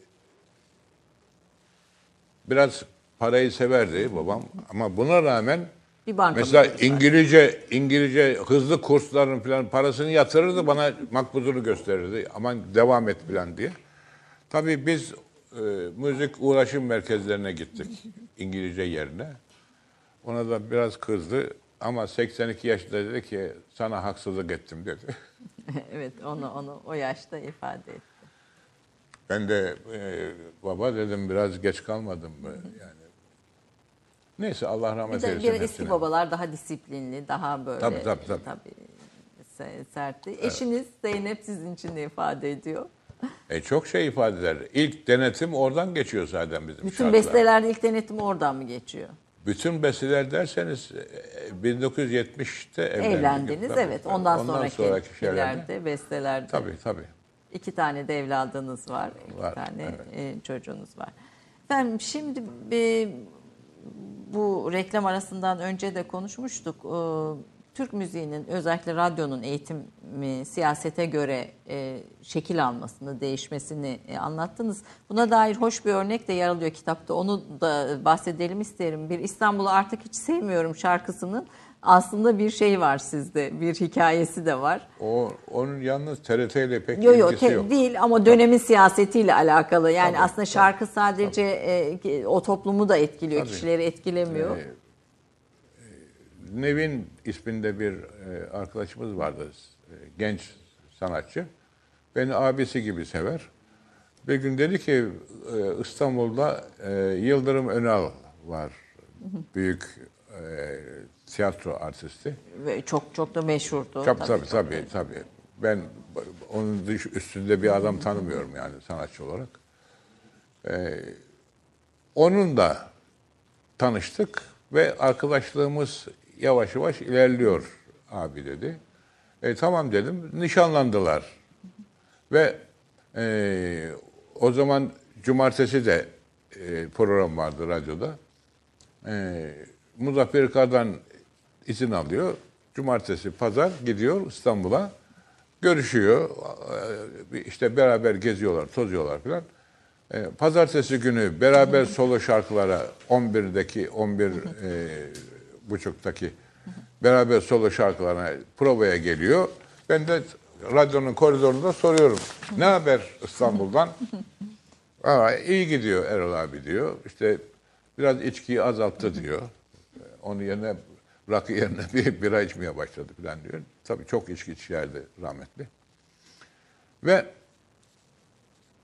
Speaker 2: biraz parayı severdi babam ama buna rağmen
Speaker 3: Bir banka
Speaker 2: mesela
Speaker 3: müdürü var.
Speaker 2: İngilizce hızlı kursların falan parasını yatırırdı, bana makbuzunu gösterirdi. Aman devam et falan diye. Tabii biz müzik uğraşım merkezlerine gittik İngilizce yerine. Ona da biraz kızdı ama 82 yaşında dedi ki sana haksızlık ettim dedi.
Speaker 3: Evet onu o yaşta ifade etti.
Speaker 2: Ben de baba dedim biraz geç kalmadım mı yani. Neyse Allah rahmet
Speaker 3: Bir
Speaker 2: eylesin
Speaker 3: de eski
Speaker 2: hepsine.
Speaker 3: babalar daha disiplinli, daha böyle
Speaker 2: Tabii.
Speaker 3: sertti. Eşiniz Zeynep sizin için ne ifade ediyor?
Speaker 2: Çok şey ifade eder. İlk denetim oradan geçiyor zaten bizim
Speaker 3: Bütün
Speaker 2: şarkılar.
Speaker 3: bestelerde ilk denetim oradan mı geçiyor?
Speaker 2: Bütün besteler derseniz 1970'te
Speaker 3: Evlendiniz
Speaker 2: Tabii,
Speaker 3: evet.
Speaker 2: tabii.
Speaker 3: Ondan sonraki
Speaker 2: şeylerde.
Speaker 3: şeylerde, bestelerde.
Speaker 2: Tabii.
Speaker 3: 2 tane de evladınız var.
Speaker 2: Var,
Speaker 3: 2 tane
Speaker 2: evet.
Speaker 3: çocuğunuz var. Efendim şimdi bu reklam arasından önce de konuşmuştuk. Türk müziğinin özellikle radyonun eğitimi siyasete göre şekil almasını, değişmesini anlattınız. Buna dair hoş bir örnek de yer alıyor kitapta. Onu da bahsedelim isterim. Bir İstanbul'u artık hiç sevmiyorum şarkısının aslında bir şey var sizde. Bir hikayesi de var.
Speaker 2: Onun yalnız TRT ile pek
Speaker 3: Yok
Speaker 2: ilgisi yok.
Speaker 3: değil ama dönemin siyasetiyle alakalı. Yani
Speaker 2: Tabii,
Speaker 3: aslında şarkı sadece o toplumu da etkiliyor,
Speaker 2: Tabii.
Speaker 3: kişileri etkilemiyor.
Speaker 2: Nevin isminde bir arkadaşımız vardı, genç sanatçı. Beni abisi gibi sever. Bir gün dedi ki İstanbul'da Yıldırım Önal var, büyük tiyatro artisti.
Speaker 3: Ve çok da meşhurdu.
Speaker 2: Tabii. Ben onun üstünde bir adam tanımıyorum yani sanatçı olarak. Onunla tanıştık ve arkadaşlığımız yavaş yavaş ilerliyor abi dedi. Tamam dedim. Nişanlandılar. Ve o zaman cumartesi de program vardı radyoda. Muzaffer Kar'dan izin alıyor. Cumartesi, pazar gidiyor İstanbul'a. Görüşüyor. İşte beraber geziyorlar, tozuyorlar falan. Pazartesi günü beraber solo şarkılara 11 buçuktaki beraber solo şarkılarına provaya geliyor. Ben de radyonun koridorunda soruyorum. Ne haber İstanbul'dan? İyi gidiyor Erol abi diyor. İşte biraz içkiyi azalttı diyor. Onun yerine rakı yerine bir bira içmeye başladı falan diyor. Tabii çok içki içerdi rahmetli. Ve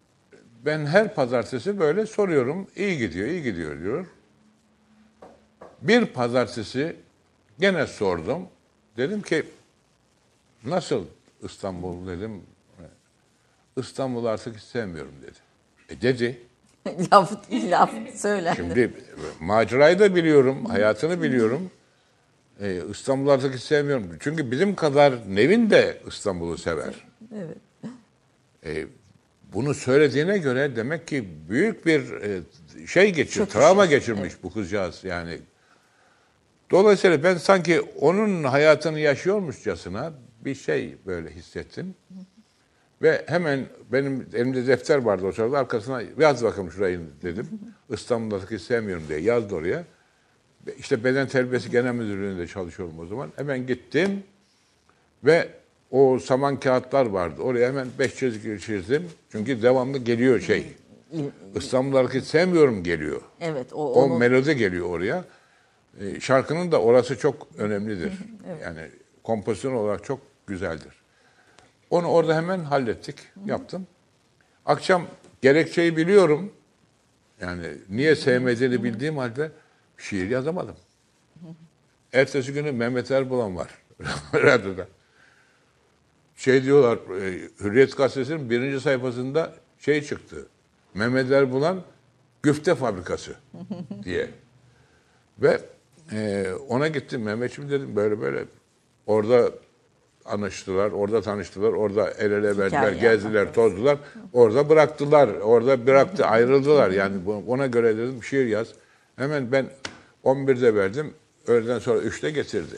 Speaker 2: ben her pazartesi böyle soruyorum. İyi gidiyor, iyi gidiyor diyor. Bir pazartesi gene sordum. Dedim ki nasıl İstanbul dedim. İstanbul'u artık istemiyorum dedi. Dedi.
Speaker 3: laf söylendi.
Speaker 2: Şimdi macerayı da biliyorum, hayatını biliyorum. İstanbul'u artık istemiyorum. Çünkü bizim kadar Nevin de İstanbul'u sever.
Speaker 3: Evet.
Speaker 2: Bunu söylediğine göre demek ki büyük bir şey geçirmiş,
Speaker 3: Çöküş
Speaker 2: travma
Speaker 3: yaşıyor,
Speaker 2: geçirmiş bu kızcağız yani. Dolayısıyla ben sanki onun hayatını yaşıyormuşçasına bir şey böyle hissettim. Ve hemen benim elimde defter vardı o sırada, arkasına yaz bakalım şurayı dedim. İstanbul'daki sevmiyorum diye yazdı oraya. İşte Beden Terbiyesi Genel Müdürlüğü'nde çalışıyorum o zaman. Hemen gittim ve o saman kağıtlar vardı. Oraya hemen 5 çizgi çizdim. Çünkü devamlı geliyor şey. İstanbul'daki sevmiyorum geliyor.
Speaker 3: Evet.
Speaker 2: O melodi geliyor oraya. Şarkının da orası çok önemlidir. Evet. Yani kompozisyon olarak çok güzeldir. Onu orada hemen hallettik, yaptım. Akşam gerekçeyi biliyorum. Yani niye sevmediğini bildiğim halde şiir yazamadım. Ertesi günü Mehmet Erbulan var radyoda. Şey diyorlar, Hürriyet Gazetesi'nin 1. sayfasında şey çıktı. Mehmet Erbulan güfte fabrikası diye. Ve ona gittim, Mehmetciğim dedim böyle böyle. Orada anlaştılar, orada tanıştılar, orada el ele verdiler, gezdiler, tozdular. Orada bıraktılar, ayrıldılar. Yani ona göre dedim şiir yaz. Hemen ben 11'de verdim, öğleden sonra 3'te getirdi.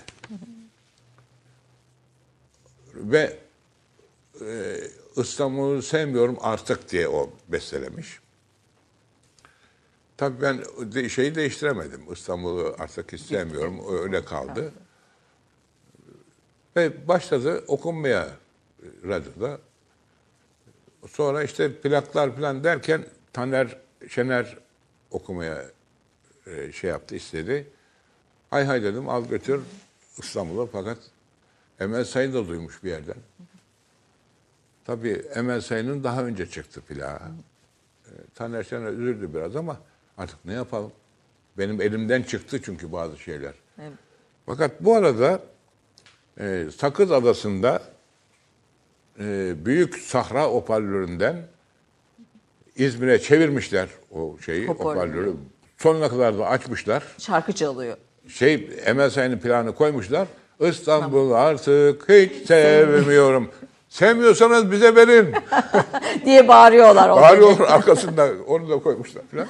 Speaker 2: Ve İstanbul'u sevmiyorum artık diye o bestelemiş. Tabii ben şeyi değiştiremedim. İstanbul'u artık istemiyorum, öyle kaldı. Ve başladı okunmaya radyoda. Sonra işte plaklar falan derken Taner Şener okumaya şey yaptı, istedi. Hay hay dedim, al götür İstanbul'a, fakat Emel Sayın da duymuş bir yerden. Tabii Emel Sayın'ın daha önce çıktı plağı. Taner Şener üzüldü biraz ama artık ne yapalım? Benim elimden çıktı çünkü bazı şeyler. Evet. Fakat bu arada Sakız Adası'nda büyük sahra hoparlöründen İzmir'e çevirmişler o şeyi, hoparlörü. Sonuna kadar da açmışlar.
Speaker 3: Şarkı çalıyor.
Speaker 2: Emel Sayın'ın planını koymuşlar. İstanbul artık hiç sevmiyorum. Sevmiyorsanız bize verin.
Speaker 3: diye bağırıyorlar.
Speaker 2: Bağırıyorlar arkasında, onu da koymuşlar falan.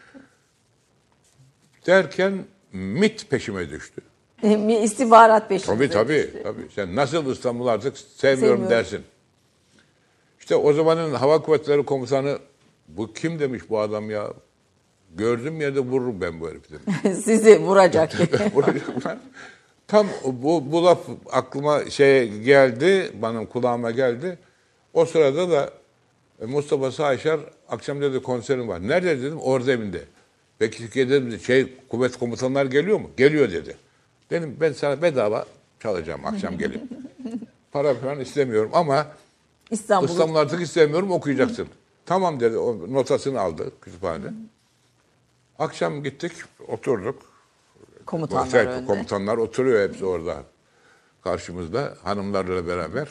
Speaker 2: Derken MİT peşime düştü.
Speaker 3: İstihbarat peşinde.
Speaker 2: Tabii. Sen nasıl İstanbul artık sevmiyorum dersin. İşte o zamanın Hava Kuvvetleri Komutanı, bu kim demiş bu adam ya? Gördüğüm yerde vururum ben bu herifi demiş.
Speaker 3: Sizi vuracak.
Speaker 2: Vuracak. Tam bu laf aklıma geldi, benim kulağıma geldi. O sırada da Mustafa Sağışar akşam dedi konserim var. Nerede dedim, orada evinde. Peki dedim, kuvvet komutanlar geliyor mu? Geliyor dedi. Dedim ben sana bedava çalacağım akşam gelip. Para falan istemiyorum ama İstanbul artık istemiyorum, okuyacaksın. Tamam dedi, o notasını aldı kütüphanede. Akşam gittik, oturduk. Komutanlar oturuyor hepsi orada karşımızda, hanımlarla beraber.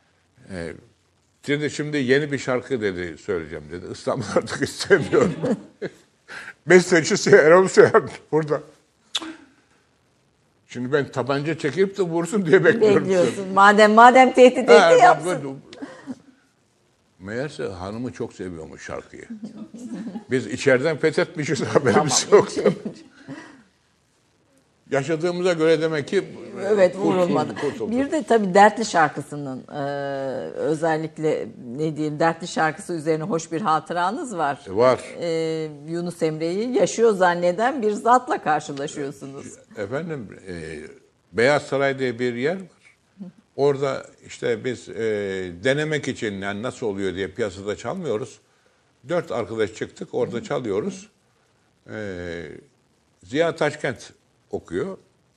Speaker 2: Şimdi yeni bir şarkı dedi söyleyeceğim dedi. İstanbul artık istemiyorum. Bestecisi Erol Sayan burada. Şimdi ben tabanca çekip de vursun diye bekliyorum.
Speaker 3: Bekliyorsun. Madem tehdit etti yapsın.
Speaker 2: Meğerse hanımı çok seviyormuş şarkıyı. Biz içeriden fethetmişiz, haberimiz yok. Yaşadığımıza göre demek ki
Speaker 3: evet, vurulmadı. Bir de tabii Dertli şarkısının özellikle Dertli şarkısı üzerine hoş bir hatıranız var.
Speaker 2: Var.
Speaker 3: Yunus Emre'yi yaşıyor zanneden bir zatla karşılaşıyorsunuz.
Speaker 2: Efendim Beyaz Saray diye bir yer var. Orada işte biz denemek için yani nasıl oluyor diye piyasada çalmıyoruz. 4 arkadaş çıktık, orada çalıyoruz. Ziya Taşkent okuyor.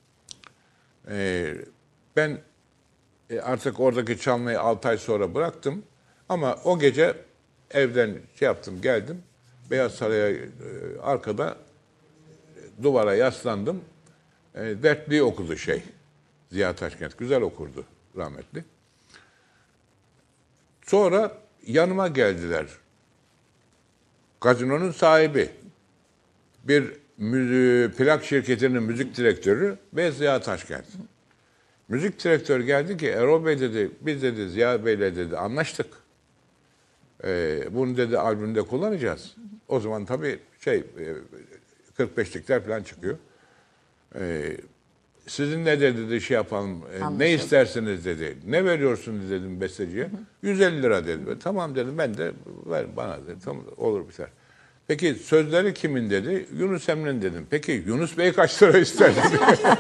Speaker 2: Ben artık oradaki çalmayı 6 ay sonra bıraktım. Ama o gece evden şey yaptım, geldim. Beyaz Saray'a arkada duvara yaslandım. Dertli'yi okudu Ziya Taşkent. Güzel okurdu rahmetli. Sonra yanıma geldiler. Gazinonun sahibi, bir plak şirketinin müzik direktörü ve Ziya Taşkent. Müzik direktörü geldi ki Erol Bey dedi, biz dedi Ziya Bey'le dedi anlaştık. Bunu dedi albümde kullanacağız. O zaman tabii 45'likler falan çıkıyor. Sizinle de dedi şey yapalım, ne istersiniz dedi. Ne veriyorsunuz dedim besteciye. 150 lira dedi. Tamam dedim, ben de ver bana dedi. Tamam, olur biter. Peki sözleri kimin dedi. Yunus Emre'nin dedim. Peki Yunus Bey kaç lira ister dedi.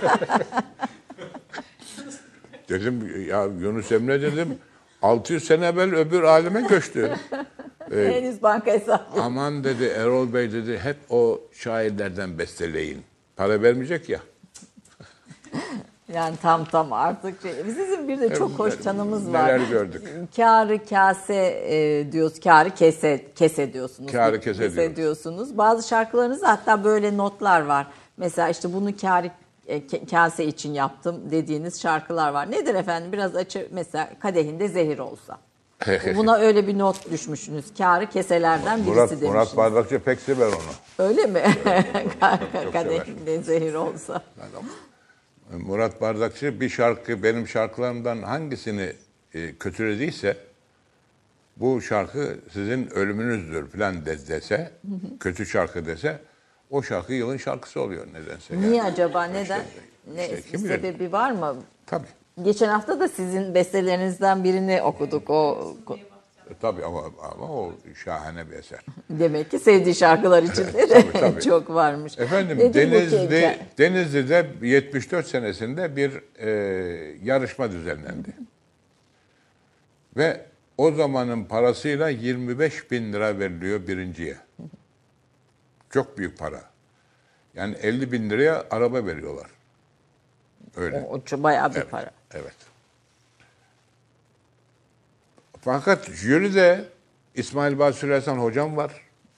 Speaker 2: Dedim ya Yunus Emre dedim 600 sene evvel öbür aleme göçtü.
Speaker 3: Henüz banka hesabı.
Speaker 2: Aman dedi Erol Bey dedi hep o şairlerden besteleyin. Para vermeyecek ya.
Speaker 3: Yani tam artık sizin bir de çok hoş tanımız var.
Speaker 2: Neler gördük.
Speaker 3: Kârı kase diyoruz, kârı kese diyorsunuz.
Speaker 2: Kârı kese
Speaker 3: diyorsunuz. Bazı şarkılarınızda hatta böyle notlar var. Mesela işte bunu kârı kase için yaptım dediğiniz şarkılar var. Nedir efendim? Biraz açı, mesela kadehinde zehir olsa. Buna öyle bir not düşmüşsünüz. Kârı keselerden birisi demişsiniz.
Speaker 2: Murat Bardakçı pek sever onu.
Speaker 3: Öyle mi? Kadehinde zehir olsa.
Speaker 2: Murat Bardakçı bir şarkı benim şarkılarımdan hangisini kötülediyse bu şarkı sizin ölümünüzdür falan dese, kötü şarkı dese o şarkı yılın şarkısı oluyor nedense.
Speaker 3: Niye acaba? Neden? Bir sebebi var mı?
Speaker 2: Tabii.
Speaker 3: Geçen hafta da sizin bestelerinizden birini okuduk.
Speaker 2: Tabii ama o şahane bir eser.
Speaker 3: Demek ki sevdiği şarkılar içinde de
Speaker 2: tabii.
Speaker 3: çok varmış.
Speaker 2: Efendim Denizli'de 74 senesinde bir yarışma düzenlendi. Ve o zamanın parasıyla 25 bin lira veriliyor birinciye. Çok büyük para. Yani 50 bin liraya araba veriyorlar. Öyle.
Speaker 3: O bayağı bir para.
Speaker 2: Evet. Fakat jüride İsmail Basri Hasan hocam var.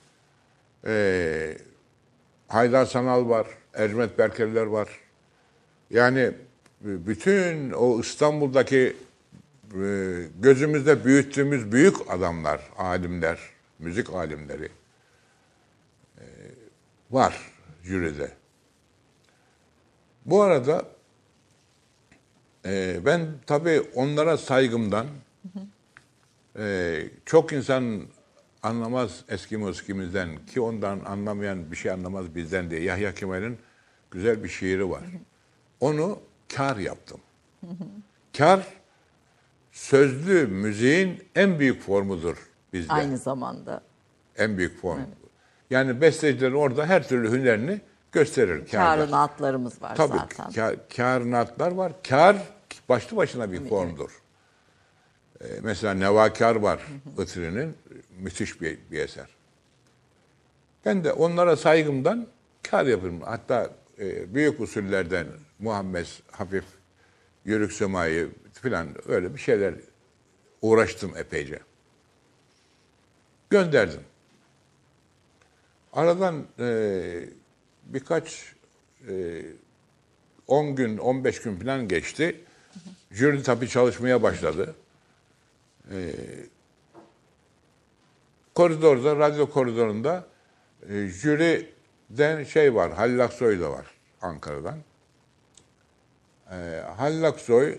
Speaker 2: Haydar Sanal var. Ercüment Berkeliler var. Yani bütün o İstanbul'daki gözümüzde büyüttüğümüz büyük adamlar, alimler, müzik alimleri var jüride. Bu arada ben tabii onlara saygımdan çok insan anlamaz eski musikimizden ki ondan anlamayan bir şey anlamaz bizden diye Yahya Kemal'in güzel bir şiiri var. Onu kâr yaptım. Kâr sözlü müziğin en büyük formudur bizde.
Speaker 3: Aynı zamanda.
Speaker 2: En büyük formu. Evet. Yani bestecilerin orada her türlü hünerini gösterir.
Speaker 3: Kârın atlarımız var
Speaker 2: tabii,
Speaker 3: zaten.
Speaker 2: Kârın atlar var. Kâr başlı başına bir formdur. Mesela Nevakar var Itri'nin. Müthiş bir eser. Ben de onlara saygımdan kâr yaparım. Hatta büyük usullerden Muhammed Hafif, Yörük Sema'yı falan öyle bir şeyler uğraştım epeyce. Gönderdim. Aradan birkaç 10 gün, 15 gün falan geçti. Jüri tabii çalışmaya başladı. Koridorda, radyo koridorunda jüriden var, Halil Aksoy da var Ankara'dan. Halil Aksoy,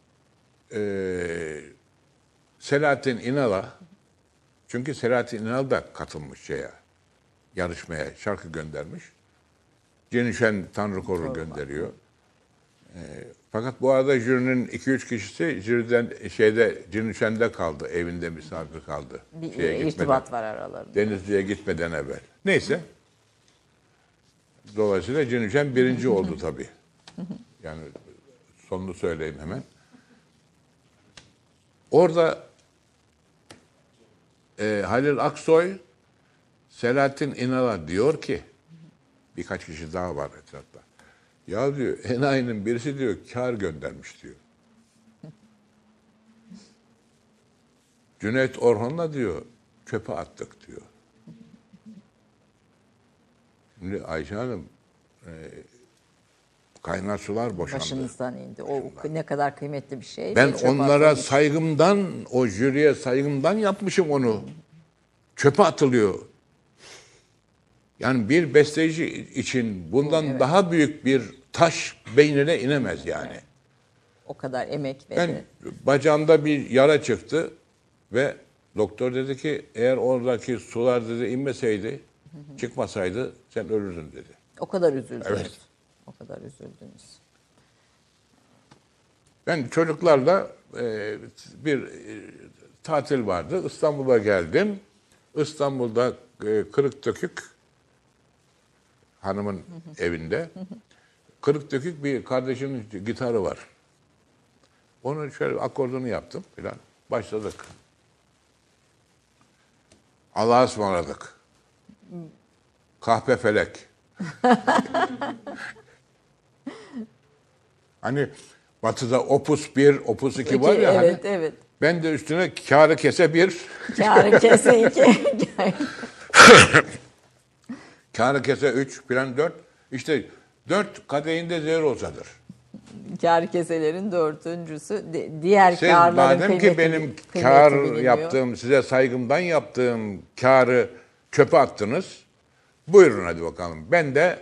Speaker 2: Selahattin İnal'a, çünkü Selahattin İnal da katılmış yarışmaya, şarkı göndermiş. Cenişen Tanrı Koru gönderiyor. Fakat bu arada jürinin 2-3 kişisi jüriden Cenişen'de kaldı, evinde misafir kaldı.
Speaker 3: Bir irtibat var aralarında.
Speaker 2: Denizli'ye gitmeden evvel. Neyse. Dolayısıyla Cenişen birinci oldu tabii. Yani sonunu söyleyeyim hemen. Orada Halil Aksoy Selahattin İnal'a diyor ki, birkaç kişi daha var etrafta. Ya diyor, enayinin birisi diyor, kâr göndermiş diyor. Cüneyt Orhan'la diyor, çöpe attık diyor. Şimdi Ayşe Hanım kaynar sular boşandı.
Speaker 3: Başınızdan indi. O ne kadar kıymetli bir şey.
Speaker 2: Ben
Speaker 3: Çöpe
Speaker 2: onlara
Speaker 3: atılmış.
Speaker 2: saygımdan, o jüriye saygımdan yapmışım onu. Çöpe atılıyor. Yani bir besteci için bundan daha büyük bir taş beynine inemez yani.
Speaker 3: O kadar emek ve
Speaker 2: Ben bacağımda bir yara çıktı ve doktor dedi ki eğer oradaki sular dedi inmeseydi, çıkmasaydı sen ölürdün dedi.
Speaker 3: o kadar üzüldünüz.
Speaker 2: Evet.
Speaker 3: O kadar üzüldünüz.
Speaker 2: Ben çocuklarla bir tatil vardı. İstanbul'a geldim. İstanbul'da kırık dökük hanımın evinde kırık dökük bir kardeşinin gitarı var. Onun şöyle akordunu yaptım filan. Başladık. Allah'a ısmarladık. Kahpe felek. Hani Batı'da Opus 1, Opus 2 var ya
Speaker 3: evet,
Speaker 2: hani.
Speaker 3: evet.
Speaker 2: Ben de üstüne kârı kese 1,
Speaker 3: Kârı kese 2.
Speaker 2: kârı kese 3 filan 4. İşte 4 kadehinde zehir olsadır.
Speaker 3: Kârı keselerin dördüncüsü. Diğer
Speaker 2: Siz
Speaker 3: kârların
Speaker 2: madem ki benim kâr yaptığım, size saygımdan yaptığım kârı çöpe attınız. Buyurun hadi bakalım. Ben de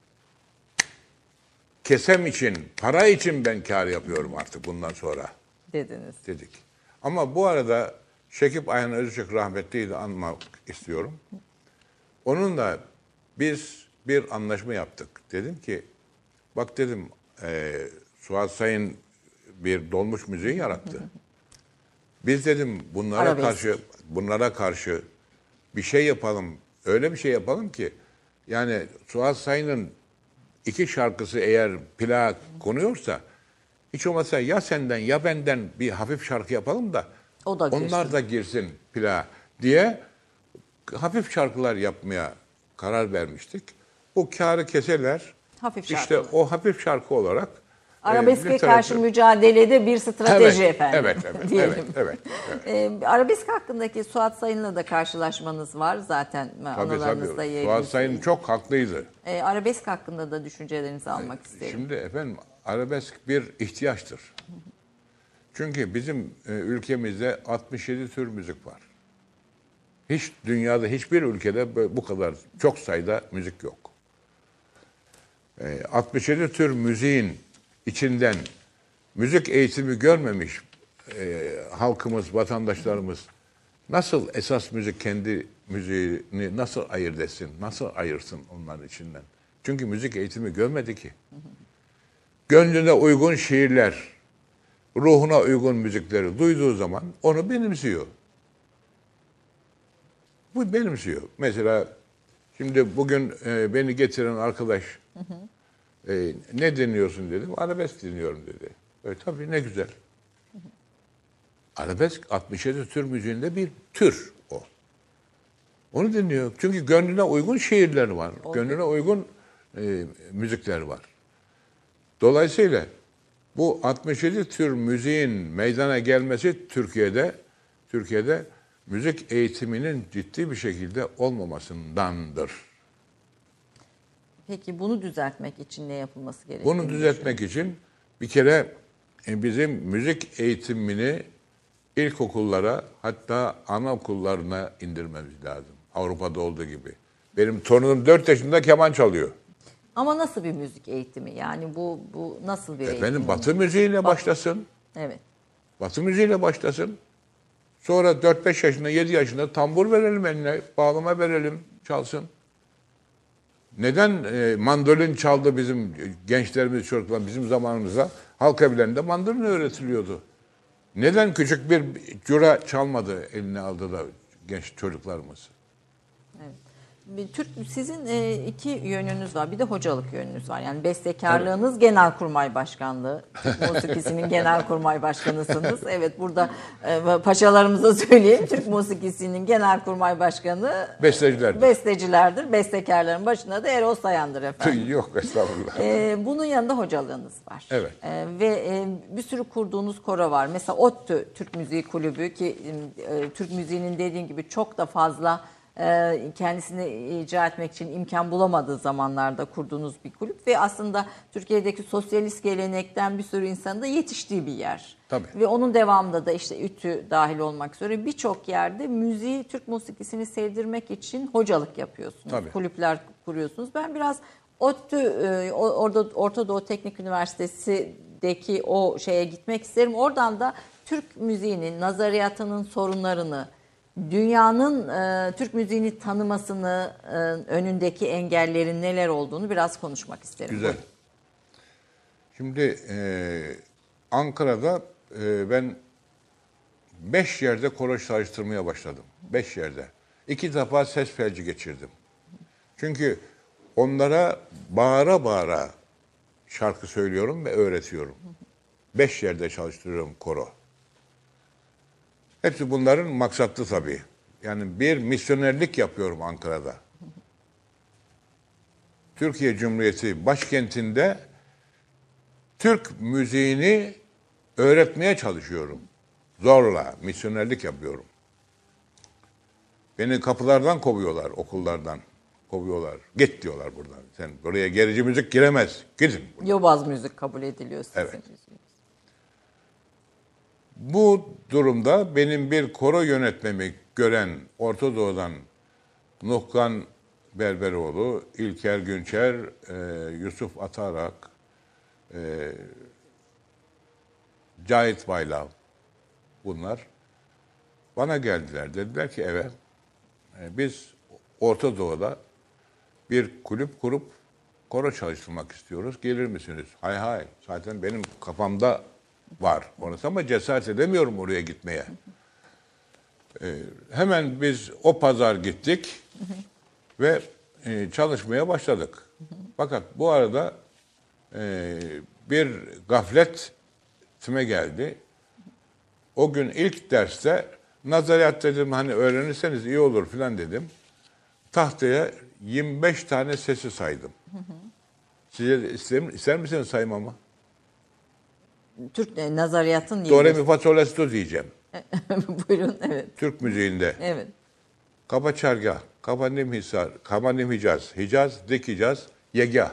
Speaker 2: kesem için, para için ben kâr yapıyorum artık bundan sonra
Speaker 3: dediniz.
Speaker 2: dedik. Ama bu arada Şekip Ayhan Özçek rahmetliyi de anmak istiyorum. Onunla biz bir anlaşma yaptık. Dedim ki, bak dedim Suat Sayın bir dolmuş müziği yarattı. Biz dedim bunlara karşı bir şey yapalım. Öyle bir şey yapalım ki yani Suat Sayın'ın 2 şarkısı eğer plağa konuyorsa hiç olmazsa ya senden ya benden bir hafif şarkı yapalım da
Speaker 3: O da girsin.
Speaker 2: onlar da girsin plağa diye hafif şarkılar yapmaya karar vermiştik. O kârı keseler
Speaker 3: Hafif
Speaker 2: işte
Speaker 3: şarkılar.
Speaker 2: o hafif şarkı olarak
Speaker 3: Arabeske
Speaker 2: literatür-
Speaker 3: karşı mücadelede bir strateji efendim.
Speaker 2: Evet,
Speaker 3: diyelim.
Speaker 2: evet.
Speaker 3: Arabesk hakkındaki Suat Sayın'la da karşılaşmanız var zaten anılarınızda
Speaker 2: Tabii.
Speaker 3: yer
Speaker 2: Suat
Speaker 3: alıyor.
Speaker 2: Sayın çok haklıydı.
Speaker 3: Arabesk hakkında da düşüncelerinizi almak isterim.
Speaker 2: Şimdi efendim arabesk bir ihtiyaçtır. Çünkü bizim ülkemizde 67 tür müzik var. Hiç dünyada hiçbir ülkede bu kadar çok sayıda müzik yok. 67 tür müziğin içinden müzik eğitimi görmemiş halkımız, vatandaşlarımız nasıl esas müzik kendi müziğini nasıl ayırt etsin, nasıl ayırsın onların içinden? Çünkü müzik eğitimi görmedi ki. Gönlüne uygun şiirler, ruhuna uygun müzikleri duyduğu zaman onu benimsiyor. Bu benimsiyor. Mesela şimdi bugün beni getiren arkadaş ne dinliyorsun dedim. Arabesk dinliyorum dedi. Tabii ne güzel. Arabesk 67 tür müziğinde bir tür o. Onu dinliyor. Çünkü gönlüne uygun şiirler var. Gönlüne uygun müzikler var. Dolayısıyla bu 67 tür müziğin meydana gelmesi Türkiye'de müzik eğitiminin ciddi bir şekilde olmamasındandır.
Speaker 3: Peki bunu düzeltmek için ne yapılması gerekiyor?
Speaker 2: Bunu düzeltmek için bir kere bizim müzik eğitimini ilkokullara hatta anaokullarına indirmemiz lazım. Avrupa'da olduğu gibi. Benim torunum 4 yaşında keman çalıyor.
Speaker 3: Ama nasıl bir müzik eğitimi? Yani bu nasıl bir eğitim?
Speaker 2: Efendim Batı müziğiyle başlasın.
Speaker 3: Evet.
Speaker 2: Batı müziğiyle başlasın. Sonra 4-5 yaşında, 7 yaşında tambur verelim eline, bağlama verelim, çalsın. Neden mandolin çaldı bizim gençlerimiz, çocuklar bizim zamanımızda? Halk evlerinde mandolin öğretiliyordu. Neden küçük bir cura çalmadı, eline aldı da genç çocuklarımız?
Speaker 3: Evet. Sizin iki yönünüz var. Bir de hocalık yönünüz var. Yani bestekarlığınız Genelkurmay Başkanlığı. Türk Musikisi'nin Genelkurmay Başkanısınız. Evet, burada paşalarımıza söyleyeyim. Türk Musikisi'nin Genelkurmay Başkanı bestecilerdir. Bestekarların başında da Erol Sayan'dır efendim.
Speaker 2: Yok, estağfurullah.
Speaker 3: Bunun yanında hocalığınız var.
Speaker 2: Evet.
Speaker 3: Ve bir sürü kurduğunuz koro var. Mesela ODTÜ Türk Müziği Kulübü ki Türk müziğinin dediğim gibi çok da fazla kendisini icra etmek için imkan bulamadığı zamanlarda kurduğunuz bir kulüp ve aslında Türkiye'deki sosyalist gelenekten bir sürü insanın da yetiştiği bir yer.
Speaker 2: Tabii.
Speaker 3: Ve onun devamında da işte ütü dahil olmak üzere birçok yerde müziği, Türk musikisini sevdirmek için hocalık yapıyorsunuz.
Speaker 2: Tabii.
Speaker 3: Kulüpler kuruyorsunuz. Ben biraz ODTÜ, orada Orta Doğu Teknik Üniversitesi'deki o şeye gitmek isterim. Oradan da Türk müziğinin, nazariyatının sorunlarını, dünyanın Türk müziğini tanımasını, önündeki engellerin neler olduğunu biraz konuşmak isterim.
Speaker 2: Güzel. Şimdi Ankara'da ben 5 yerde koro çalıştırmaya başladım. 5 yerde. 2 defa ses felci geçirdim. Çünkü onlara bağıra bağıra şarkı söylüyorum ve öğretiyorum. 5 yerde çalıştırıyorum koro. Hepsi bunların maksatlı tabii. Yani bir misyonerlik yapıyorum Ankara'da. Türkiye Cumhuriyeti başkentinde Türk müziğini öğretmeye çalışıyorum. Zorla misyonerlik yapıyorum. Beni kapılardan kovuyorlar, okullardan kovuyorlar. Git diyorlar buradan. Sen buraya gerici müzik giremez. Gidin buradan.
Speaker 3: Yobaz müzik kabul ediliyor sizin.
Speaker 2: Evet. Bu durumda benim bir koro yönetmemi gören Orta Doğu'dan Nuhkan Berberoğlu, İlker Günçer, Yusuf Atarak, Cahit Baylav, bunlar bana geldiler. Dediler ki evet, biz Orta Doğu'da bir kulüp kurup koro çalıştırmak istiyoruz. Gelir misiniz? Hay hay. Zaten benim kafamda var orası ama cesaret edemiyorum oraya gitmeye. Hemen biz o pazar gittik ve çalışmaya başladık. Fakat bu arada bir gafletime geldi. O gün ilk derste nazariyat dedim, hani öğrenirseniz iyi olur filan dedim. Tahtaya 25 tane sesi saydım. Size ister misiniz saymamı?
Speaker 3: Türk nazariyatın
Speaker 2: Do, re, mi, fa, sol, la, si, do diyeceğim.
Speaker 3: Buyurun, evet.
Speaker 2: Türk müziğinde.
Speaker 3: Evet.
Speaker 2: Kaba çargah, kaba nimhisar, kaba nimhicaz, hicaz, dik hicaz, yegah.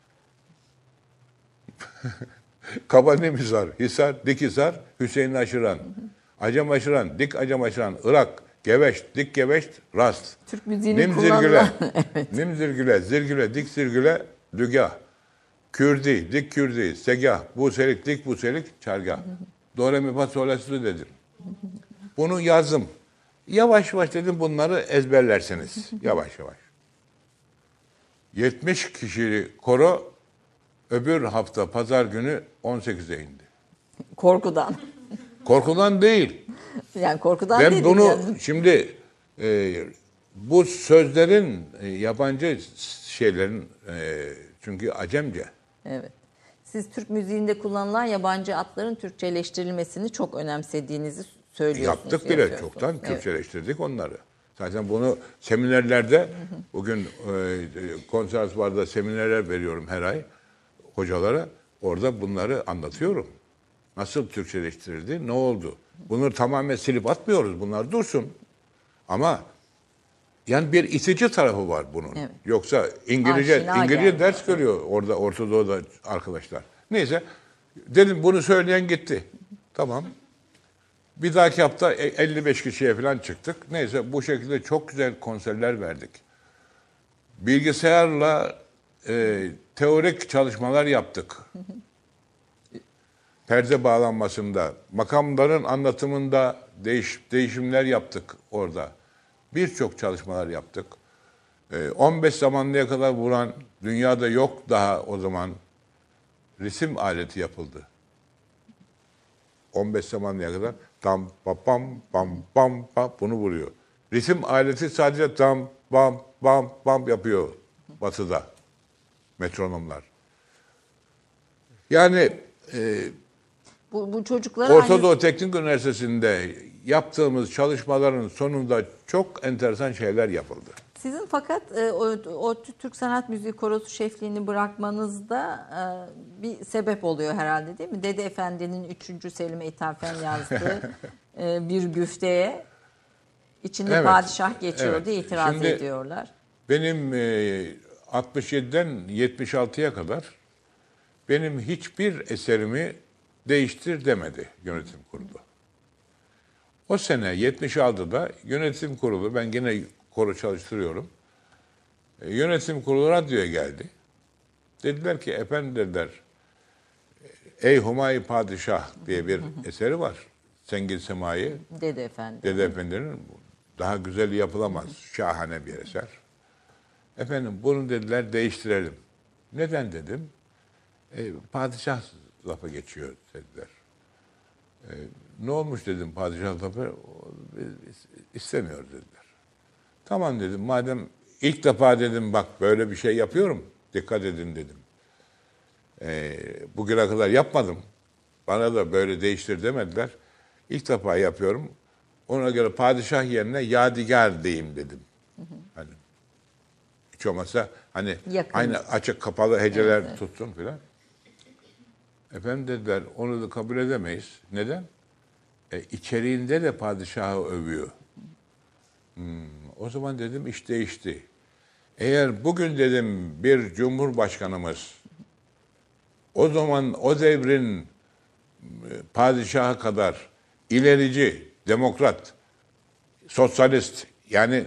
Speaker 2: Kaba nimhisar, hisar, dik hisar, Hüseyin aşıran. Acem aşıran, dik acem aşıran, Irak, geveş, dik geveş, rast.
Speaker 3: Türk müziğinin
Speaker 2: Nim zirgüle,
Speaker 3: kullanılan... Evet.
Speaker 2: nim zirgüle, zirgüle, dik zirgüle, lügah. Kürdi, dik kürdi, segah, buselik, dik buselik, çargah. Do, re, mi, fa, sol, la, si, do dedim. Bunu yazdım. Yavaş yavaş dedim, bunları ezberlersiniz. Yavaş yavaş. 70 kişilik koro öbür hafta pazar günü 18'e indi.
Speaker 3: Korkudan.
Speaker 2: Korkudan değil.
Speaker 3: Yani korkudan
Speaker 2: Ben
Speaker 3: değil.
Speaker 2: bunu
Speaker 3: Yani.
Speaker 2: şimdi bu sözlerin yabancı şeylerin çünkü Acemce.
Speaker 3: Evet. Siz Türk müziğinde kullanılan yabancı adların Türkçeleştirilmesini çok önemsediğinizi söylüyorsunuz.
Speaker 2: Yaptık bile, çoktan Türkçeleştirdik onları. Zaten bunu seminerlerde, bugün konservatuvarda seminerler veriyorum her ay hocalara. Orada bunları anlatıyorum. Nasıl Türkçeleştirildi, ne oldu? Bunu tamamen silip atmıyoruz, bunlar dursun. Ama yani bir itici tarafı var bunun. Evet. Yoksa İngilizce ders görüyor orada Orta Doğu'da arkadaşlar. Neyse, dedim bunu söyleyen gitti. Tamam. Bir dahaki hafta 55 kişiye falan çıktık. Neyse, bu şekilde çok güzel konserler verdik. Bilgisayarla teorik çalışmalar yaptık. Perde bağlanmasında, makamların anlatımında değişimler yaptık orada. Birçok çalışmalar yaptık. 15 zamanlıya kadar vuran, dünyada yok daha o zaman, ritim aleti yapıldı. 15 zamanlıya kadar tam pa pam pam pam pa bunu vuruyor. Ritim aleti sadece tam pam bam bam yapıyor batıda metronomlar. Yani
Speaker 3: Bu çocuklar
Speaker 2: Orta
Speaker 3: aynı-
Speaker 2: Doğu Teknik Üniversitesi'nde yaptığımız çalışmaların sonunda çok enteresan şeyler yapıldı.
Speaker 3: Sizin fakat o Türk Sanat Müziği Korosu şefliğini bırakmanızda bir sebep oluyor herhalde, değil mi? Dede Efendi'nin 3. Selim'e ithafen yazdığı bir güfteye içinde
Speaker 2: Evet,
Speaker 3: padişah geçiyor
Speaker 2: evet.
Speaker 3: diye itiraz
Speaker 2: Şimdi
Speaker 3: ediyorlar.
Speaker 2: Benim 67'den 76'ya kadar benim hiçbir eserimi değiştir demedi yönetim kurulu. O sene 76'da yönetim kurulu, ben gene koro çalıştırıyorum. Yönetim kurulu radyoya geldi. Dediler ki efendim dediler, Ey Humayi Padişah diye bir eseri var. Sengil Semai,
Speaker 3: Dede Efendi.
Speaker 2: Dede Efendi'nin, daha güzel yapılamaz. Şahane bir eser. Efendim bunu dediler değiştirelim. Neden dedim? Padişah lafı geçiyor dediler. Ne olmuş dedim padişah lafı? İstemiyor dediler. Tamam dedim, madem ilk defa dedim bak böyle bir şey yapıyorum, dikkat edin dedim. Bugüne kadar yapmadım. Bana da böyle değiştir demediler. İlk defa yapıyorum. Ona göre padişah yerine yadigar diyeyim dedim. Hani hiç olmazsa hani
Speaker 3: Yakın.
Speaker 2: aynı açık kapalı heceler
Speaker 3: Evet.
Speaker 2: tutsun filan. Efendim dediler onu da kabul edemeyiz. Neden? İçeriğinde de padişahı övüyor. O zaman dedim iş değişti. Eğer bugün dedim bir cumhurbaşkanımız o zaman o devrin padişahı kadar ilerici, demokrat, sosyalist yani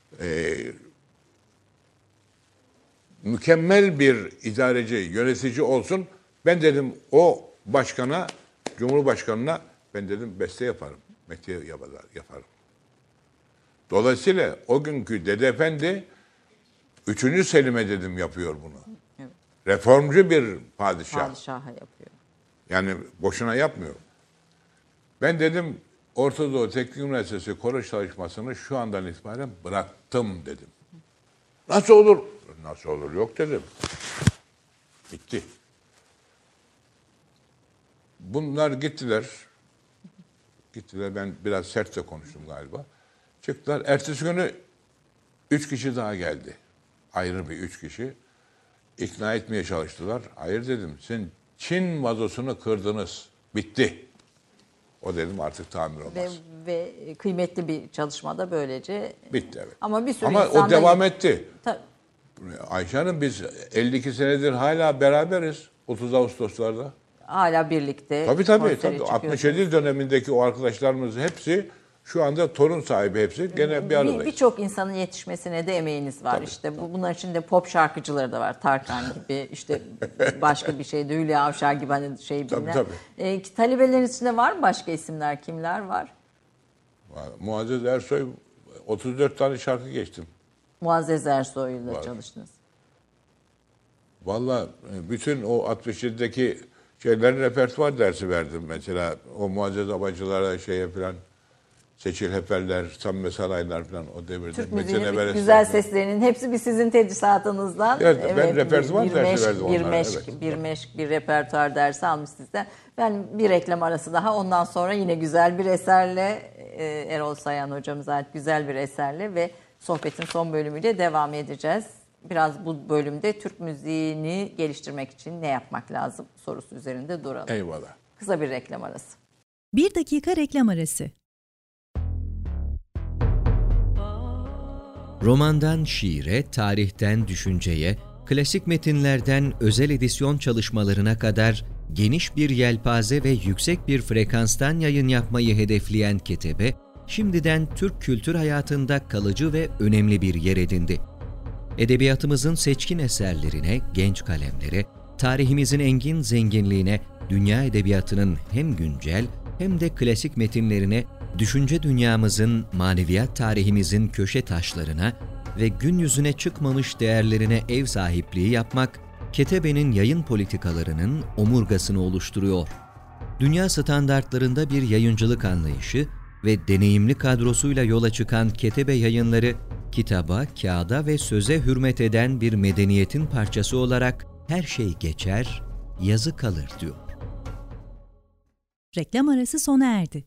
Speaker 2: mükemmel bir idareci, yönetici olsun. Ben dedim o başkana, cumhurbaşkanına ben dedim beste yaparım. Metiye yaparım. Dolayısıyla o günkü Dede Efendi 3. Selim'e dedim yapıyor bunu.
Speaker 3: Evet.
Speaker 2: Reformcu bir padişah.
Speaker 3: Padişaha yapıyor.
Speaker 2: Yani boşuna yapmıyor. Ben dedim Orta Doğu Teknik Üniversitesi koro çalışmasını şu andan itibaren bıraktım dedim. Nasıl olur? Nasıl olur? Yok dedim. Bitti. Bunlar gittiler. Ben biraz sert de konuştum galiba. Çıktılar. Ertesi günü 3 kişi daha geldi. Ayrı bir 3 kişi. İkna etmeye çalıştılar. Hayır dedim. Sen Çin vazosunu kırdınız. Bitti. O dedim artık tamir olmaz.
Speaker 3: Ve kıymetli bir çalışmada böylece
Speaker 2: Bitti evet.
Speaker 3: ama bir sürü
Speaker 2: Ama
Speaker 3: insan
Speaker 2: o
Speaker 3: da-
Speaker 2: devam etti.
Speaker 3: Ta-
Speaker 2: Ayşe Hanım biz 52 senedir hala beraberiz. 30 Ağustos'larda.
Speaker 3: hala birlikte
Speaker 2: Tabii.
Speaker 3: konsere
Speaker 2: Tabii.
Speaker 3: çıkıyorsunuz.
Speaker 2: 67 dönemindeki o arkadaşlarımız hepsi şu anda torun sahibi hepsi. Gene bir aradayız.
Speaker 3: Birçok insanın yetişmesine de emeğiniz var.
Speaker 2: Tabii,
Speaker 3: işte bunlar içinde pop şarkıcıları da var. Tarkan gibi, işte başka bir şey de Hülya Avşar gibi hani şey bilinen.
Speaker 2: Tabii.
Speaker 3: Talebelerin içinde var mı başka isimler? Kimler var?
Speaker 2: Muazzez Ersoy 34 tane şarkı geçtim.
Speaker 3: Muazzez Ersoy'la
Speaker 2: Var.
Speaker 3: çalıştınız.
Speaker 2: Vallahi bütün o 67'deki şeylerin repertuar dersi verdim. Mesela o Muazzez Abacılara şeye falan Seçil Heperler, Samimi Saraylar falan o devirde.
Speaker 3: Türk
Speaker 2: Metin
Speaker 3: müziğinin
Speaker 2: Everest
Speaker 3: güzel
Speaker 2: falan.
Speaker 3: seslerinin hepsi bir sizin tedrisatınızdan.
Speaker 2: Evet, ben repertuar dersi verdim
Speaker 3: bir
Speaker 2: onlara,
Speaker 3: meşk,
Speaker 2: evet.
Speaker 3: bir meşk, bir repertuar dersi almış sizden. Ben bir reklam arası daha, ondan sonra yine güzel bir eserle Erol Sayan hocamıza ait güzel bir eserle ve sohbetin son bölümüyle devam edeceğiz. Biraz bu bölümde Türk müziğini geliştirmek için ne yapmak lazım sorusu üzerinde duralım.
Speaker 2: Eyvallah.
Speaker 3: Kısa bir reklam arası.
Speaker 5: 1 dakika reklam arası.
Speaker 6: Romandan şiire, tarihten düşünceye, klasik metinlerden özel edisyon çalışmalarına kadar geniş bir yelpaze ve yüksek bir frekanstan yayın yapmayı hedefleyen Ketebe, şimdiden Türk kültür hayatında kalıcı ve önemli bir yer edindi. Edebiyatımızın seçkin eserlerine, genç kalemlere, tarihimizin engin zenginliğine, dünya edebiyatının hem güncel hem de klasik metinlerine, düşünce dünyamızın, maneviyat tarihimizin köşe taşlarına ve gün yüzüne çıkmamış değerlerine ev sahipliği yapmak, Ketebe'nin yayın politikalarının omurgasını oluşturuyor. Dünya standartlarında bir yayıncılık anlayışı ve deneyimli kadrosuyla yola çıkan Ketebe Yayınları, kitaba, kağıda ve söze hürmet eden bir medeniyetin parçası olarak her şey geçer, yazı kalır diyor.
Speaker 5: Reklam arası sona erdi.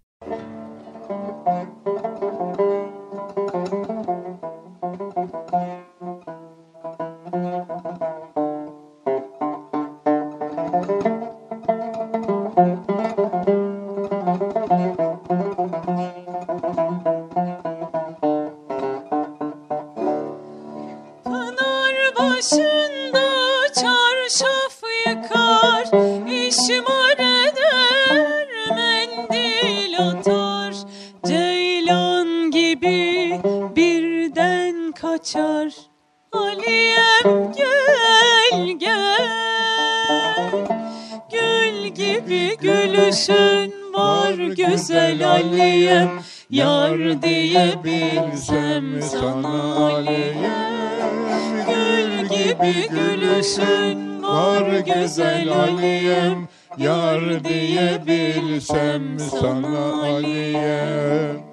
Speaker 1: Pınar başında çarşaf yıkar, işmar eder, mendil atar. Ceylan gibi birden kaçar, Aliyem gel gel. Gül gibi gülüşün var güzel Aliyem, yar diyebilsem sana Aliyem. Gül gibi gülüşün var güzel Aliyem, yar diyebilsem sana Aliyem.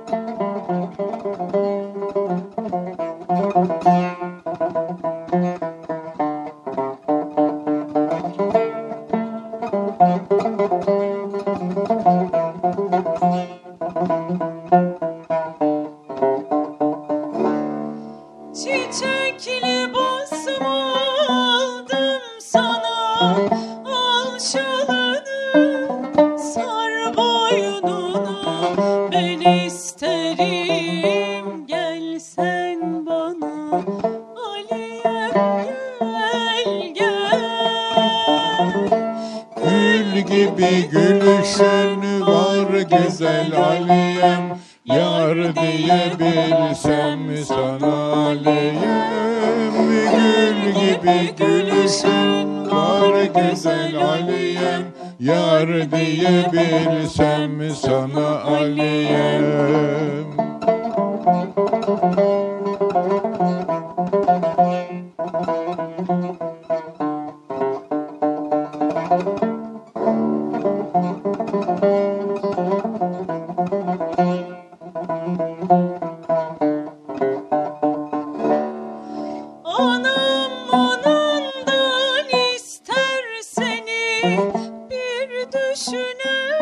Speaker 1: Çiçekli basma aldım sana, al şalını sar boynuna. Ben isterim gelsen bana, Aliyem gel gel. Gül gibi gülüşün var güzel Aliyem, yar diyebilsem sana Aliyem. Gül gibi gülüşün var güzel Aliyem, yar diyebilsem sana Aliyem. Anam anandan ister seni, bir düşüne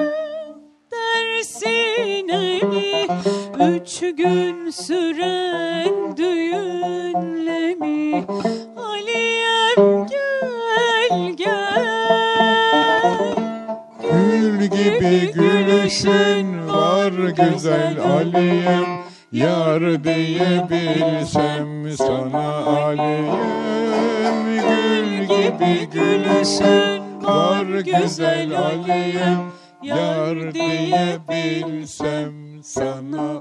Speaker 1: dersine mi? 3 gün süren düğünle mi? Aliyem gel gel. Gül gibi gülüşün var güzel Aliyem, yar diyebilsem sana Aliyem. Gül gibi gülüşün var güzel Aliyem, yar diyebilsem sana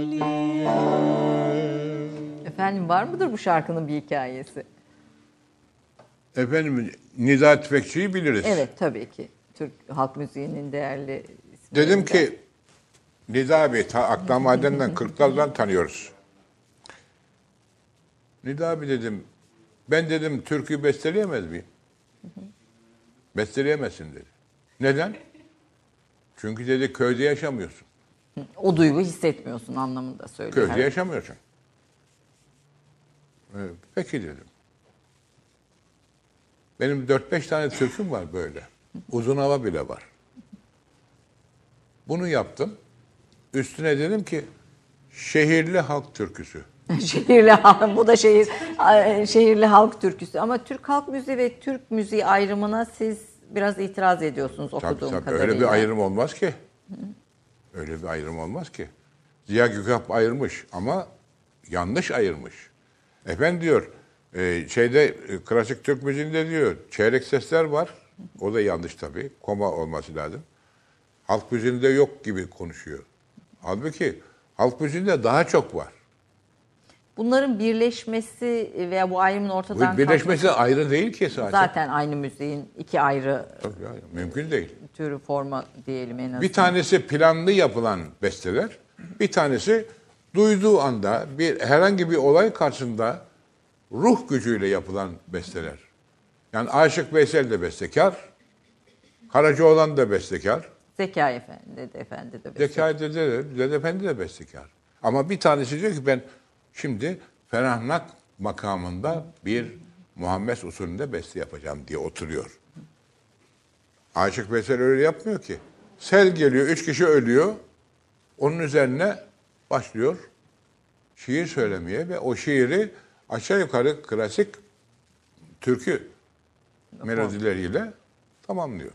Speaker 1: Aliyem.
Speaker 3: Efendim, var mıdır bu şarkının bir hikayesi?
Speaker 2: Efendim, Nida Tüfekçi'yi biliriz.
Speaker 3: Evet, tabii ki. Türk halk müziğinin değerli isimlerinden.
Speaker 2: Dedim ki, Nida abi, Akdağ Maden'den, Kırklar'dan tanıyoruz. Nida abi dedim, ben dedim türkü besteleyemez miyim? Besteleyemezsin dedi. Neden? Çünkü dedi köyde yaşamıyorsun.
Speaker 3: O duygu hissetmiyorsun anlamında söylüyor.
Speaker 2: Köyde yaşamıyorsun. Peki dedim. Benim 4-5 tane türküm var böyle. Uzun hava bile var. Bunu yaptım. Üstüne dedim ki şehirli halk türküsü.
Speaker 3: Şehirli halk, bu da şehirli halk türküsü. Ama Türk halk müziği ve Türk müziği ayrımına siz biraz itiraz ediyorsunuz okuduğum
Speaker 2: Tabii,
Speaker 3: kadarıyla.
Speaker 2: öyle bir ayrım olmaz ki. Öyle bir ayrım olmaz ki. Ziya Gökalp ayırmış ama yanlış ayırmış. Efendim diyor, klasik Türk müziğinde diyor çeyrek sesler var. O da yanlış tabii. Koma olması lazım. Halk müziğinde yok gibi konuşuyor. Halbuki halk müziğinde daha çok var.
Speaker 3: Bunların birleşmesi veya bu ayrımın ortadan
Speaker 2: Bu birleşmesi ayrı değil ki zaten.
Speaker 3: Zaten aynı müziğin iki ayrı
Speaker 2: Tabii ya, mümkün değil.
Speaker 3: türü, forma diyelim en azından.
Speaker 2: Bir tanesi planlı yapılan besteler, bir tanesi duyduğu anda herhangi bir olay karşısında ruh gücüyle yapılan besteler. Yani Aşık Veysel de bestekar, Karacaoğlan da bestekar,
Speaker 3: Zekai Efendi de bestekar.
Speaker 2: Zekai Dede Efendi de bestekar. Ama bir tanesi diyor ki ben Şimdi ferahnak makamında bir Muhammed usulünde beste yapacağım diye oturuyor. Aşık Veysel öyle yapmıyor ki. Sel geliyor, 3 kişi ölüyor. Onun üzerine başlıyor şiir söylemeye ve o şiiri aşağı yukarı klasik türkü melodileriyle tamamlıyor.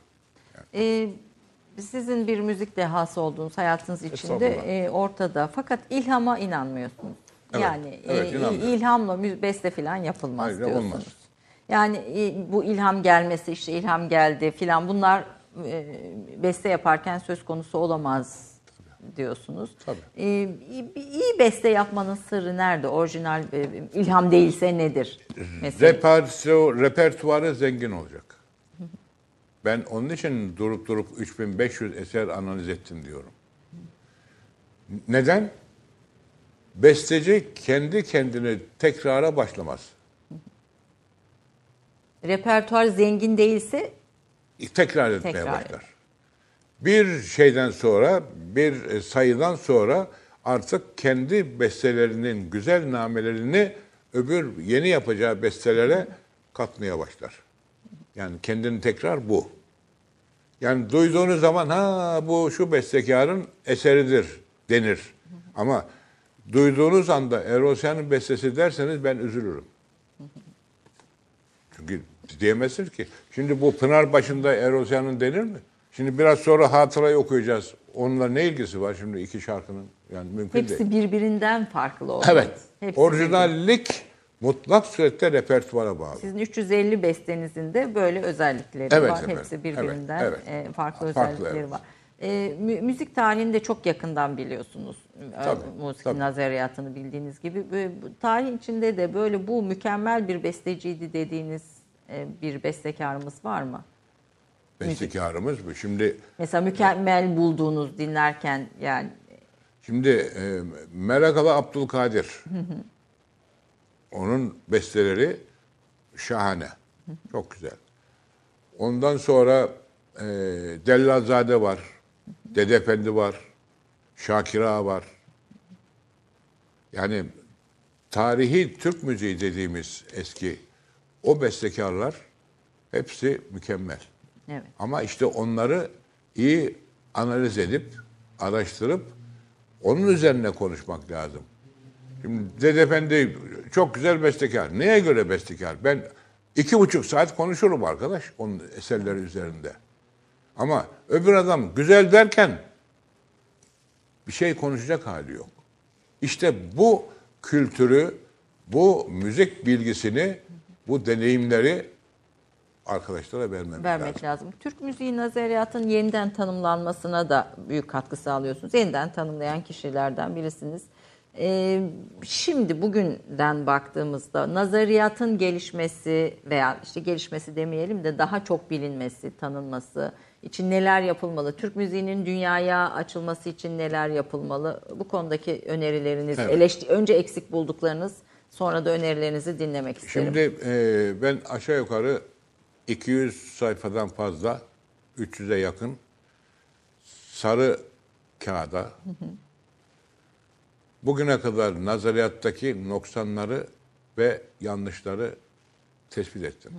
Speaker 3: Sizin bir müzik dehası olduğunuz hayatınız içinde ortada. Fakat ilhama inanmıyorsunuz.
Speaker 2: Evet,
Speaker 3: Yani
Speaker 2: evet,
Speaker 3: ilhamla beste falan yapılmaz
Speaker 2: Hayır,
Speaker 3: diyorsunuz.
Speaker 2: olmaz.
Speaker 3: Yani bu ilham gelmesi, işte ilham geldi filan, bunlar beste yaparken söz konusu olamaz diyorsunuz.
Speaker 2: Tabii.
Speaker 3: İyi beste yapmanın sırrı nerede? Orijinal ilham değilse nedir? Mesela.
Speaker 2: Repertuarı zengin olacak. Ben onun için durup 3500 eser analiz ettim diyorum. Neden? Besteci kendi kendine tekrara başlamaz.
Speaker 3: Repertuar zengin değilse
Speaker 2: Tekrar etmeye başlar. Bir şeyden sonra, bir sayıdan sonra artık kendi bestelerinin güzel namelerini öbür yeni yapacağı bestelere katmaya başlar. Yani kendini tekrar bu. Yani duyduğunuz zaman bu şu bestekarın eseridir denir. Ama duyduğunuz anda Erol Sayan'ın bestesi derseniz ben üzülürüm. Çünkü diyemezsiniz ki. Şimdi bu Pınarbaşı'nda Erol Sayan'ın denir mi? Şimdi biraz sonra hatırayı okuyacağız. Onunla ne ilgisi var şimdi iki şarkının? Yani mümkün değil.
Speaker 3: Hepsi birbirinden farklı oldu.
Speaker 2: Evet.
Speaker 3: Hepsi
Speaker 2: Orijinallik mutlak surette repertuvara bağlı.
Speaker 3: Sizin 350 bestenizin de böyle özellikleri
Speaker 2: Evet,
Speaker 3: var.
Speaker 2: efendim.
Speaker 3: Hepsi birbirinden farklı özellikleri
Speaker 2: evet.
Speaker 3: var. Müzik tarihini de çok yakından biliyorsunuz.
Speaker 2: Tabii,
Speaker 3: Musiki
Speaker 2: tabii.
Speaker 3: nazariyatını bildiğiniz gibi. Bu tarih içinde de böyle bu mükemmel bir besteciydi dediğiniz bir bestekarımız var mı?
Speaker 2: Bestekarımız bu. Şimdi
Speaker 3: Mesela mükemmel bulduğunuz dinlerken yani.
Speaker 2: Şimdi Merakalı Abdülkadir. Onun besteleri şahane. Çok güzel. Ondan sonra Dellalzade var. Dede Efendi var. Şakir Ağa var. Yani tarihi Türk müziği dediğimiz eski o bestekarlar hepsi mükemmel.
Speaker 3: Evet.
Speaker 2: Ama işte onları iyi analiz edip, araştırıp onun üzerine konuşmak lazım. Şimdi Dede Efendi çok güzel bestekar. Neye göre bestekar? Ben 2,5 saat konuşurum arkadaş onun eserleri üzerinde. Ama öbür adam güzel derken bir şey konuşacak hali yok. İşte bu kültürü, bu müzik bilgisini, bu deneyimleri arkadaşlara vermek
Speaker 3: lazım. Türk müziği nazariyatının yeniden tanımlanmasına da büyük katkı sağlıyorsunuz. Yeniden tanımlayan kişilerden birisiniz. Şimdi bugünden baktığımızda nazariyatın gelişmesi veya işte gelişmesi demeyelim de daha çok bilinmesi, tanınması için neler yapılmalı? Türk müziğinin dünyaya açılması için neler yapılmalı? Bu konudaki önerileriniz, önce eksik bulduklarınız, sonra da önerilerinizi dinlemek isterim.
Speaker 2: Şimdi ben aşağı yukarı 200 sayfadan fazla, 300'e yakın sarı kağıda bugüne kadar nazariyattaki noksanları ve yanlışları tespit ettim.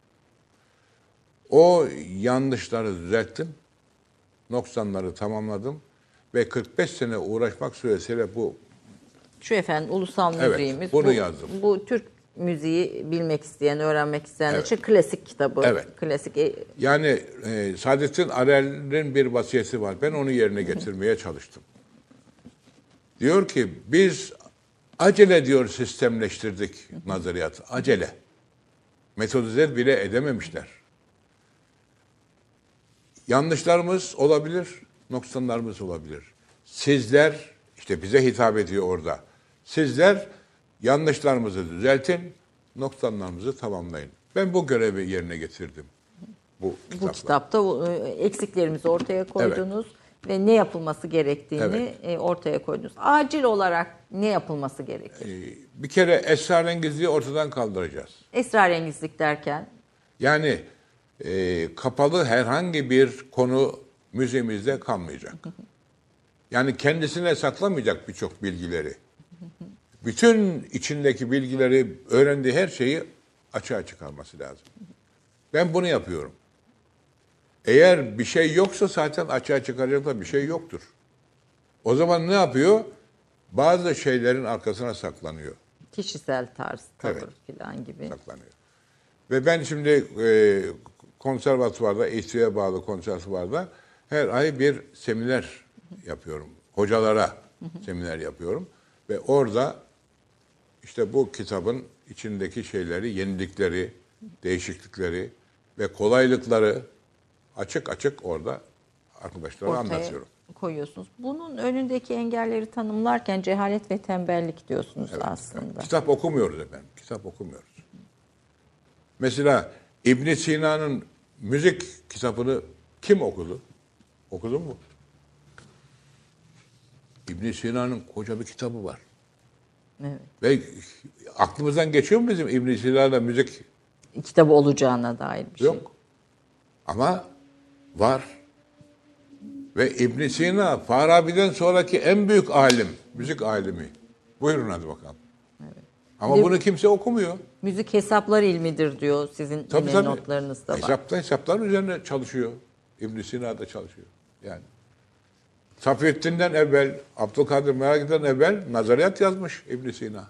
Speaker 2: O yanlışları düzelttim, noksanları tamamladım ve 45 sene uğraşmak suretiyle bu
Speaker 3: şu efendim ulusal müziğimiz.
Speaker 2: Bunu yazdım.
Speaker 3: Bu Türk müziği bilmek isteyen, öğrenmek isteyen için klasik kitabı.
Speaker 2: Evet.
Speaker 3: Klasik.
Speaker 2: Yani Saadettin Arel'in bir vasiyeti var. Ben onu yerine getirmeye çalıştım. Diyor ki biz acele diyor sistemleştirdik nazariyatı. Acele. Metodize bile edememişler. Yanlışlarımız olabilir, noksanlarımız olabilir. Sizler, işte bize hitap ediyor orada. Sizler yanlışlarımızı düzeltin, noksanlarımızı tamamlayın. Ben bu görevi yerine getirdim. Bu
Speaker 3: kitapta eksiklerimizi ortaya koydunuz ve ne yapılması gerektiğini ortaya koydunuz. Acil olarak ne yapılması gerekir?
Speaker 2: Bir kere esrarengizliği ortadan kaldıracağız.
Speaker 3: Esrarengizlik derken?
Speaker 2: Yani kapalı herhangi bir konu müziğimizde kalmayacak. Yani kendisine saklamayacak birçok bilgileri. bütün içindeki bilgileri, öğrendiği her şeyi açığa çıkarması lazım. Ben bunu yapıyorum. Eğer bir şey yoksa zaten açığa çıkaracak da bir şey yoktur. O zaman ne yapıyor? Bazı şeylerin arkasına saklanıyor.
Speaker 3: Kişisel tarz, tavır
Speaker 2: Evet.
Speaker 3: falan gibi.
Speaker 2: Saklanıyor. Ve ben şimdi konservatuvarda, İSTİ'ye bağlı konservatuvarda her ay bir seminer yapıyorum. Hocalara seminer yapıyorum. Ve orada işte bu kitabın içindeki şeyleri, yenilikleri, değişiklikleri ve kolaylıkları açık açık orada arkadaşlara
Speaker 3: Ortaya
Speaker 2: anlatıyorum.
Speaker 3: koyuyorsunuz. Bunun önündeki engelleri tanımlarken cehalet ve tembellik diyorsunuz aslında.
Speaker 2: Kitap okumuyoruz efendim. Kitap okumuyoruz. Mesela İbn Sina'nın müzik kitabını kim okudu? Okudun mu? İbn Sina'nın koca bir kitabı var.
Speaker 3: Evet.
Speaker 2: Ve aklımızdan geçiyor mu bizim İbn Sina'da müzik?
Speaker 3: Kitabı olacağına dair bir şey.
Speaker 2: Yok. Ama var. Ve İbn Sina Farabi'den sonraki en büyük alim, müzik alimi. Buyurun hadi bakalım. Evet. Ama bunu kimse okumuyor.
Speaker 3: Müzik hesaplar ilmidir diyor sizin yine notlarınızda var.
Speaker 2: Hesaplar üzerine çalışıyor. İbn Sina da çalışıyor. Yani Safiyeddin'den evvel, Abdülkadir Meragi'den evvel nazariyat yazmış İbn Sina.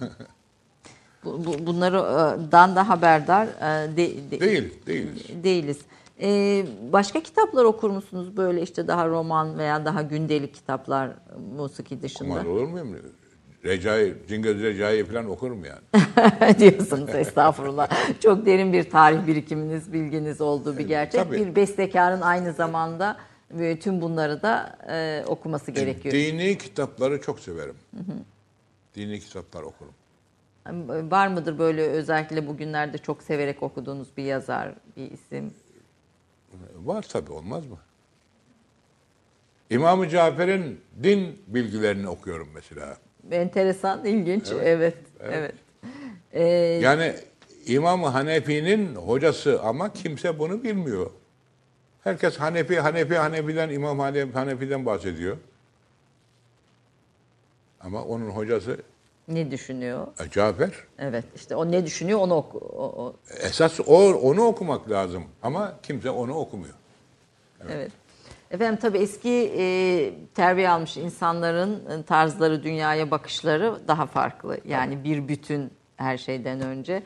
Speaker 3: Bunlardan da haberdar değiliz. Başka kitaplar okur musunuz? Böyle işte daha roman veya daha gündelik kitaplar musiki dışında.
Speaker 2: Okumaz olur muyum? Cingöz Recai'yi falan okurum yani.
Speaker 3: Diyorsunuz, estağfurullah. Çok derin bir tarih birikiminiz, bilginiz olduğu bir gerçek.
Speaker 2: Tabii.
Speaker 3: Bir bestekarın aynı zamanda tüm bunları da okuması gerekiyor.
Speaker 2: Dini kitapları çok severim. Dini kitaplar okurum.
Speaker 3: Var mıdır böyle özellikle bugünlerde çok severek okuduğunuz bir yazar, bir isim?
Speaker 2: Var tabii, olmaz mı? İmam-ı Cafer'in din bilgilerini okuyorum mesela.
Speaker 3: Enteresan, ilginç. Evet.
Speaker 2: Yani İmam-ı Hanefi'nin hocası ama kimse bunu bilmiyor. Herkes Hanefi'den, İmam Hanefi'den bahsediyor. Ama onun hocası
Speaker 3: ne düşünüyor?
Speaker 2: Cafer.
Speaker 3: Evet, işte o ne düşünüyor onu oku.
Speaker 2: Esas onu okumak lazım ama kimse onu okumuyor.
Speaker 3: Evet. Efendim tabii eski terbiye almış insanların tarzları, dünyaya bakışları daha farklı. Yani bir bütün her şeyden önce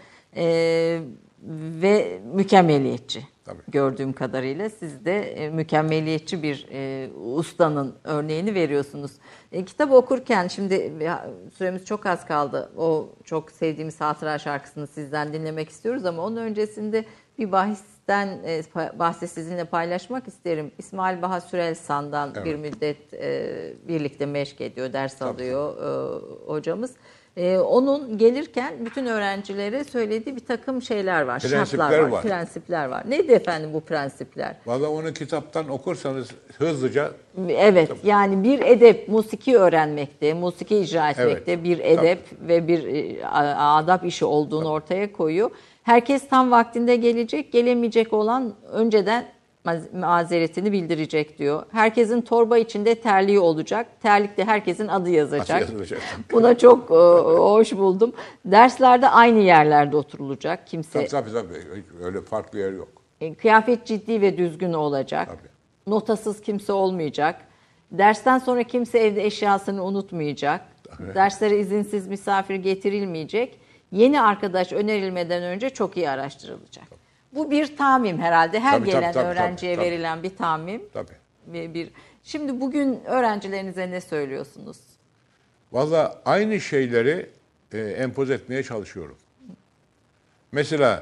Speaker 3: ve mükemmeliyetçi. Tabii. Gördüğüm kadarıyla siz de mükemmeliyetçi bir ustanın örneğini veriyorsunuz. Kitabı okurken şimdi süremiz çok az kaldı. O çok sevdiğimiz hatıra şarkısını sizden dinlemek istiyoruz ama onun öncesinde bir bahsi sizinle paylaşmak isterim. İsmail Baha Sürelsan'dan bir müddet birlikte meşk ediyor, ders alıyor hocamız. Onun gelirken bütün öğrencilere söylediği bir takım şeyler var, şartlar var, prensipler var. Neydi efendim bu prensipler?
Speaker 2: Vallahi onu kitaptan okursanız hızlıca...
Speaker 3: Evet, yani bir edep, musiki öğrenmekte, musiki icra etmekte bir edep ve bir adab işi olduğunu ortaya koyuyor. Herkes tam vaktinde gelecek, gelemeyecek olan önceden mazeretini bildirecek diyor. Herkesin torba içinde terliği olacak. Terlikte herkesin adı yazacak. Buna çok hoş buldum. Derslerde aynı yerlerde oturulacak. Kimse.
Speaker 2: Tabii. Öyle farklı yer yok.
Speaker 3: Kıyafet ciddi ve düzgün olacak. Tabii. Notasız kimse olmayacak. Dersten sonra kimse evde eşyasını unutmayacak. Tabii. Derslere izinsiz misafir getirilmeyecek. Yeni arkadaş önerilmeden önce çok iyi araştırılacak. Tabii. Bu bir tamim herhalde. Her gelen öğrenciye verilen bir tamim. Tabii. Şimdi bugün öğrencilerinize ne söylüyorsunuz?
Speaker 2: Vallahi aynı şeyleri empoze etmeye çalışıyorum. Mesela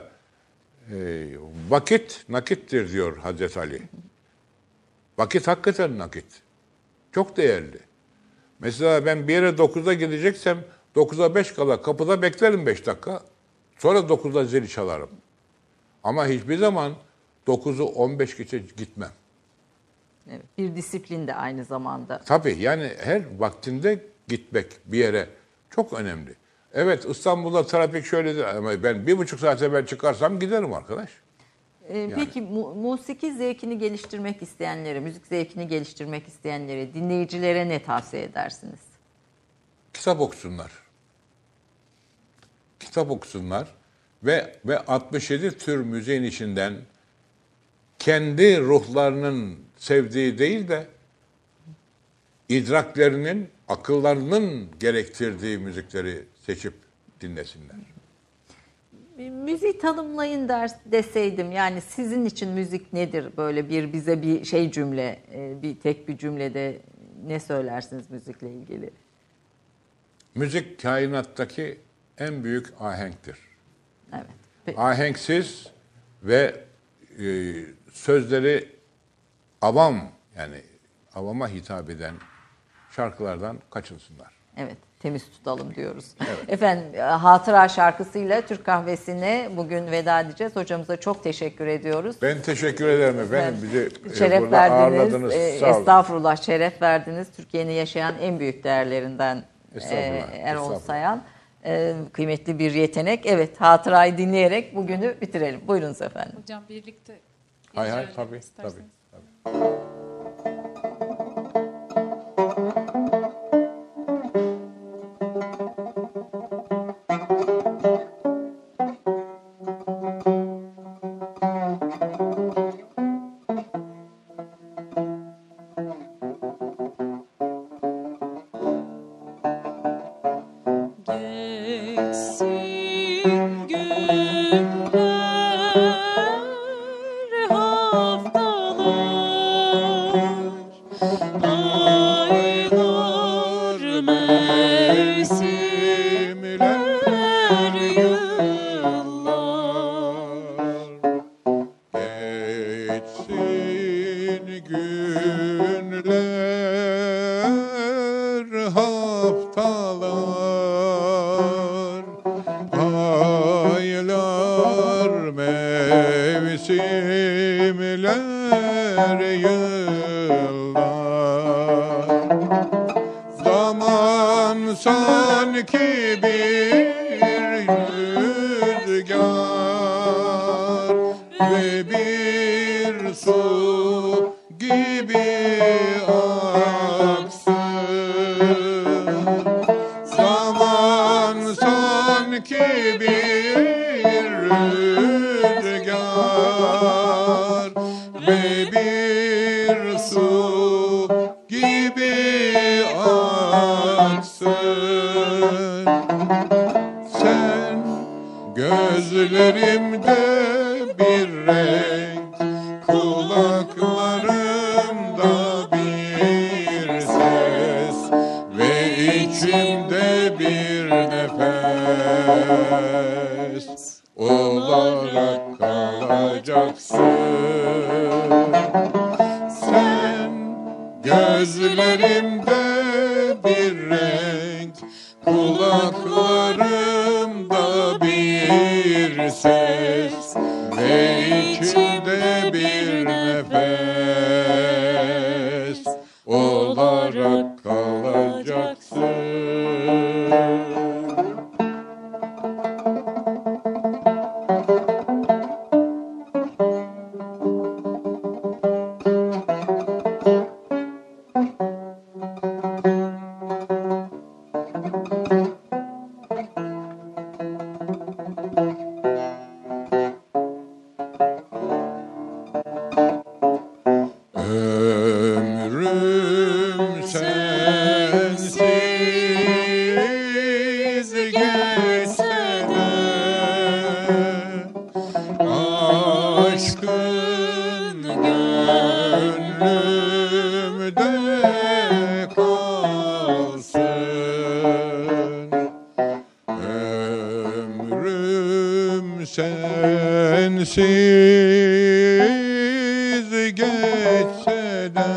Speaker 2: vakit nakittir diyor Hazreti Ali. Vakit hakikaten nakit. Çok değerli. Mesela ben bir yere 9'da gideceksem 9'a 5 kala kapıda beklerim 5 dakika. Sonra 9'da zili çalarım. Ama hiçbir zaman 9'u 15 geçe gitmem.
Speaker 3: Evet, bir disiplin de aynı zamanda.
Speaker 2: Tabii yani her vaktinde gitmek bir yere çok önemli. Evet, İstanbul'da trafik şöyledir ama ben 1,5 saat evvel çıkarsam giderim arkadaş.
Speaker 3: Peki musiki zevkini geliştirmek isteyenlere, müzik zevkini geliştirmek isteyenlere, dinleyicilere ne tavsiye edersiniz?
Speaker 2: Kitap okusunlar. kitap okusunlar ve 67 tür müziğin içinden kendi ruhlarının sevdiği değil de idraklerinin, akıllarının gerektirdiği müzikleri seçip dinlesinler.
Speaker 3: Müziği tanımlayın deseydim, yani sizin için müzik nedir? Böyle bize bir cümle, tek bir cümlede ne söylersiniz müzikle ilgili?
Speaker 2: Müzik kainattaki en büyük ahenktir.
Speaker 3: Evet.
Speaker 2: Ahenksiz ve sözleri avama hitap eden şarkılardan kaçınsınlar.
Speaker 3: Evet, temiz tutalım diyoruz.
Speaker 2: Evet.
Speaker 3: Efendim, Hatıra şarkısıyla Türk Kahvesi'ne bugün veda edeceğiz. Hocamıza çok teşekkür ediyoruz.
Speaker 2: Ben teşekkür ederim efendim. Bizi
Speaker 3: şeref
Speaker 2: burada
Speaker 3: verdiniz.
Speaker 2: ağırladınız. Sağ olun.
Speaker 3: Estağfurullah, şeref verdiniz. Türkiye'nin yaşayan en büyük değerlerinden Erol Sayan. Kıymetli bir yetenek. Evet, Hatıra'yı dinleyerek bugünü bitirelim. Buyurunuz efendim.
Speaker 1: Hocam birlikte.
Speaker 2: Hay tabii.
Speaker 1: Geçsin günler, haftalar, aylar, mevsimler, yıllar.
Speaker 2: Geçsin günler, haftalar, aylar, mevsimler, yıllar. Zaman sanki bir rüzgar ve bir su gibi aksın. Zaman sanki bir rüzgar ve bir su gibi aksın. Sen gözlerimde bir renk, kulaklarımda bir ses ve içimde bir nefes olarak kalacaksın. Sen gözlerimde bir renk, kulaklarımda bir ses ve içimde bir nefes olarak kalacaksın. Ömrüm sensiz geçse de aşkın gönlümde kalsın. Ömrüm sensiz geçse de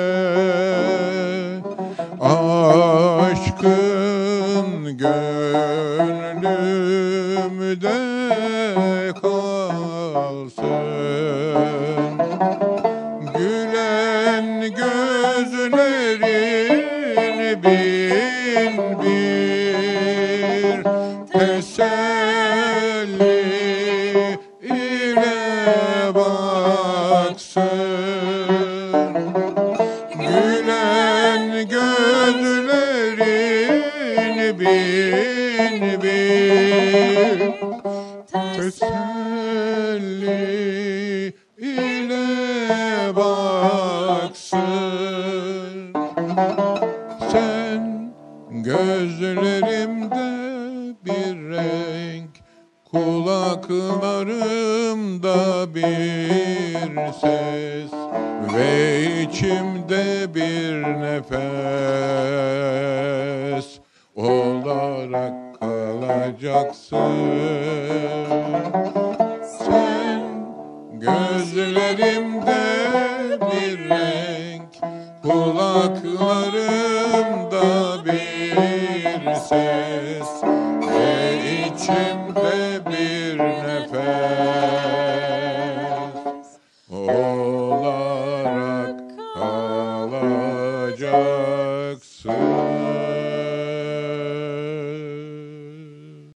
Speaker 2: aşkın gönlümde kalsın. Gülen gözlerin bin bir teselli ile baksın. Gülen gözlerin bin bir
Speaker 1: teselli ile baksın. Sen gözlerimde bir renk, kulaklarımda bir ses ve içimde bir nefes olarak kalacaksın. Sen gözlerimde bir renk, kulaklarımda bir ses ve içimde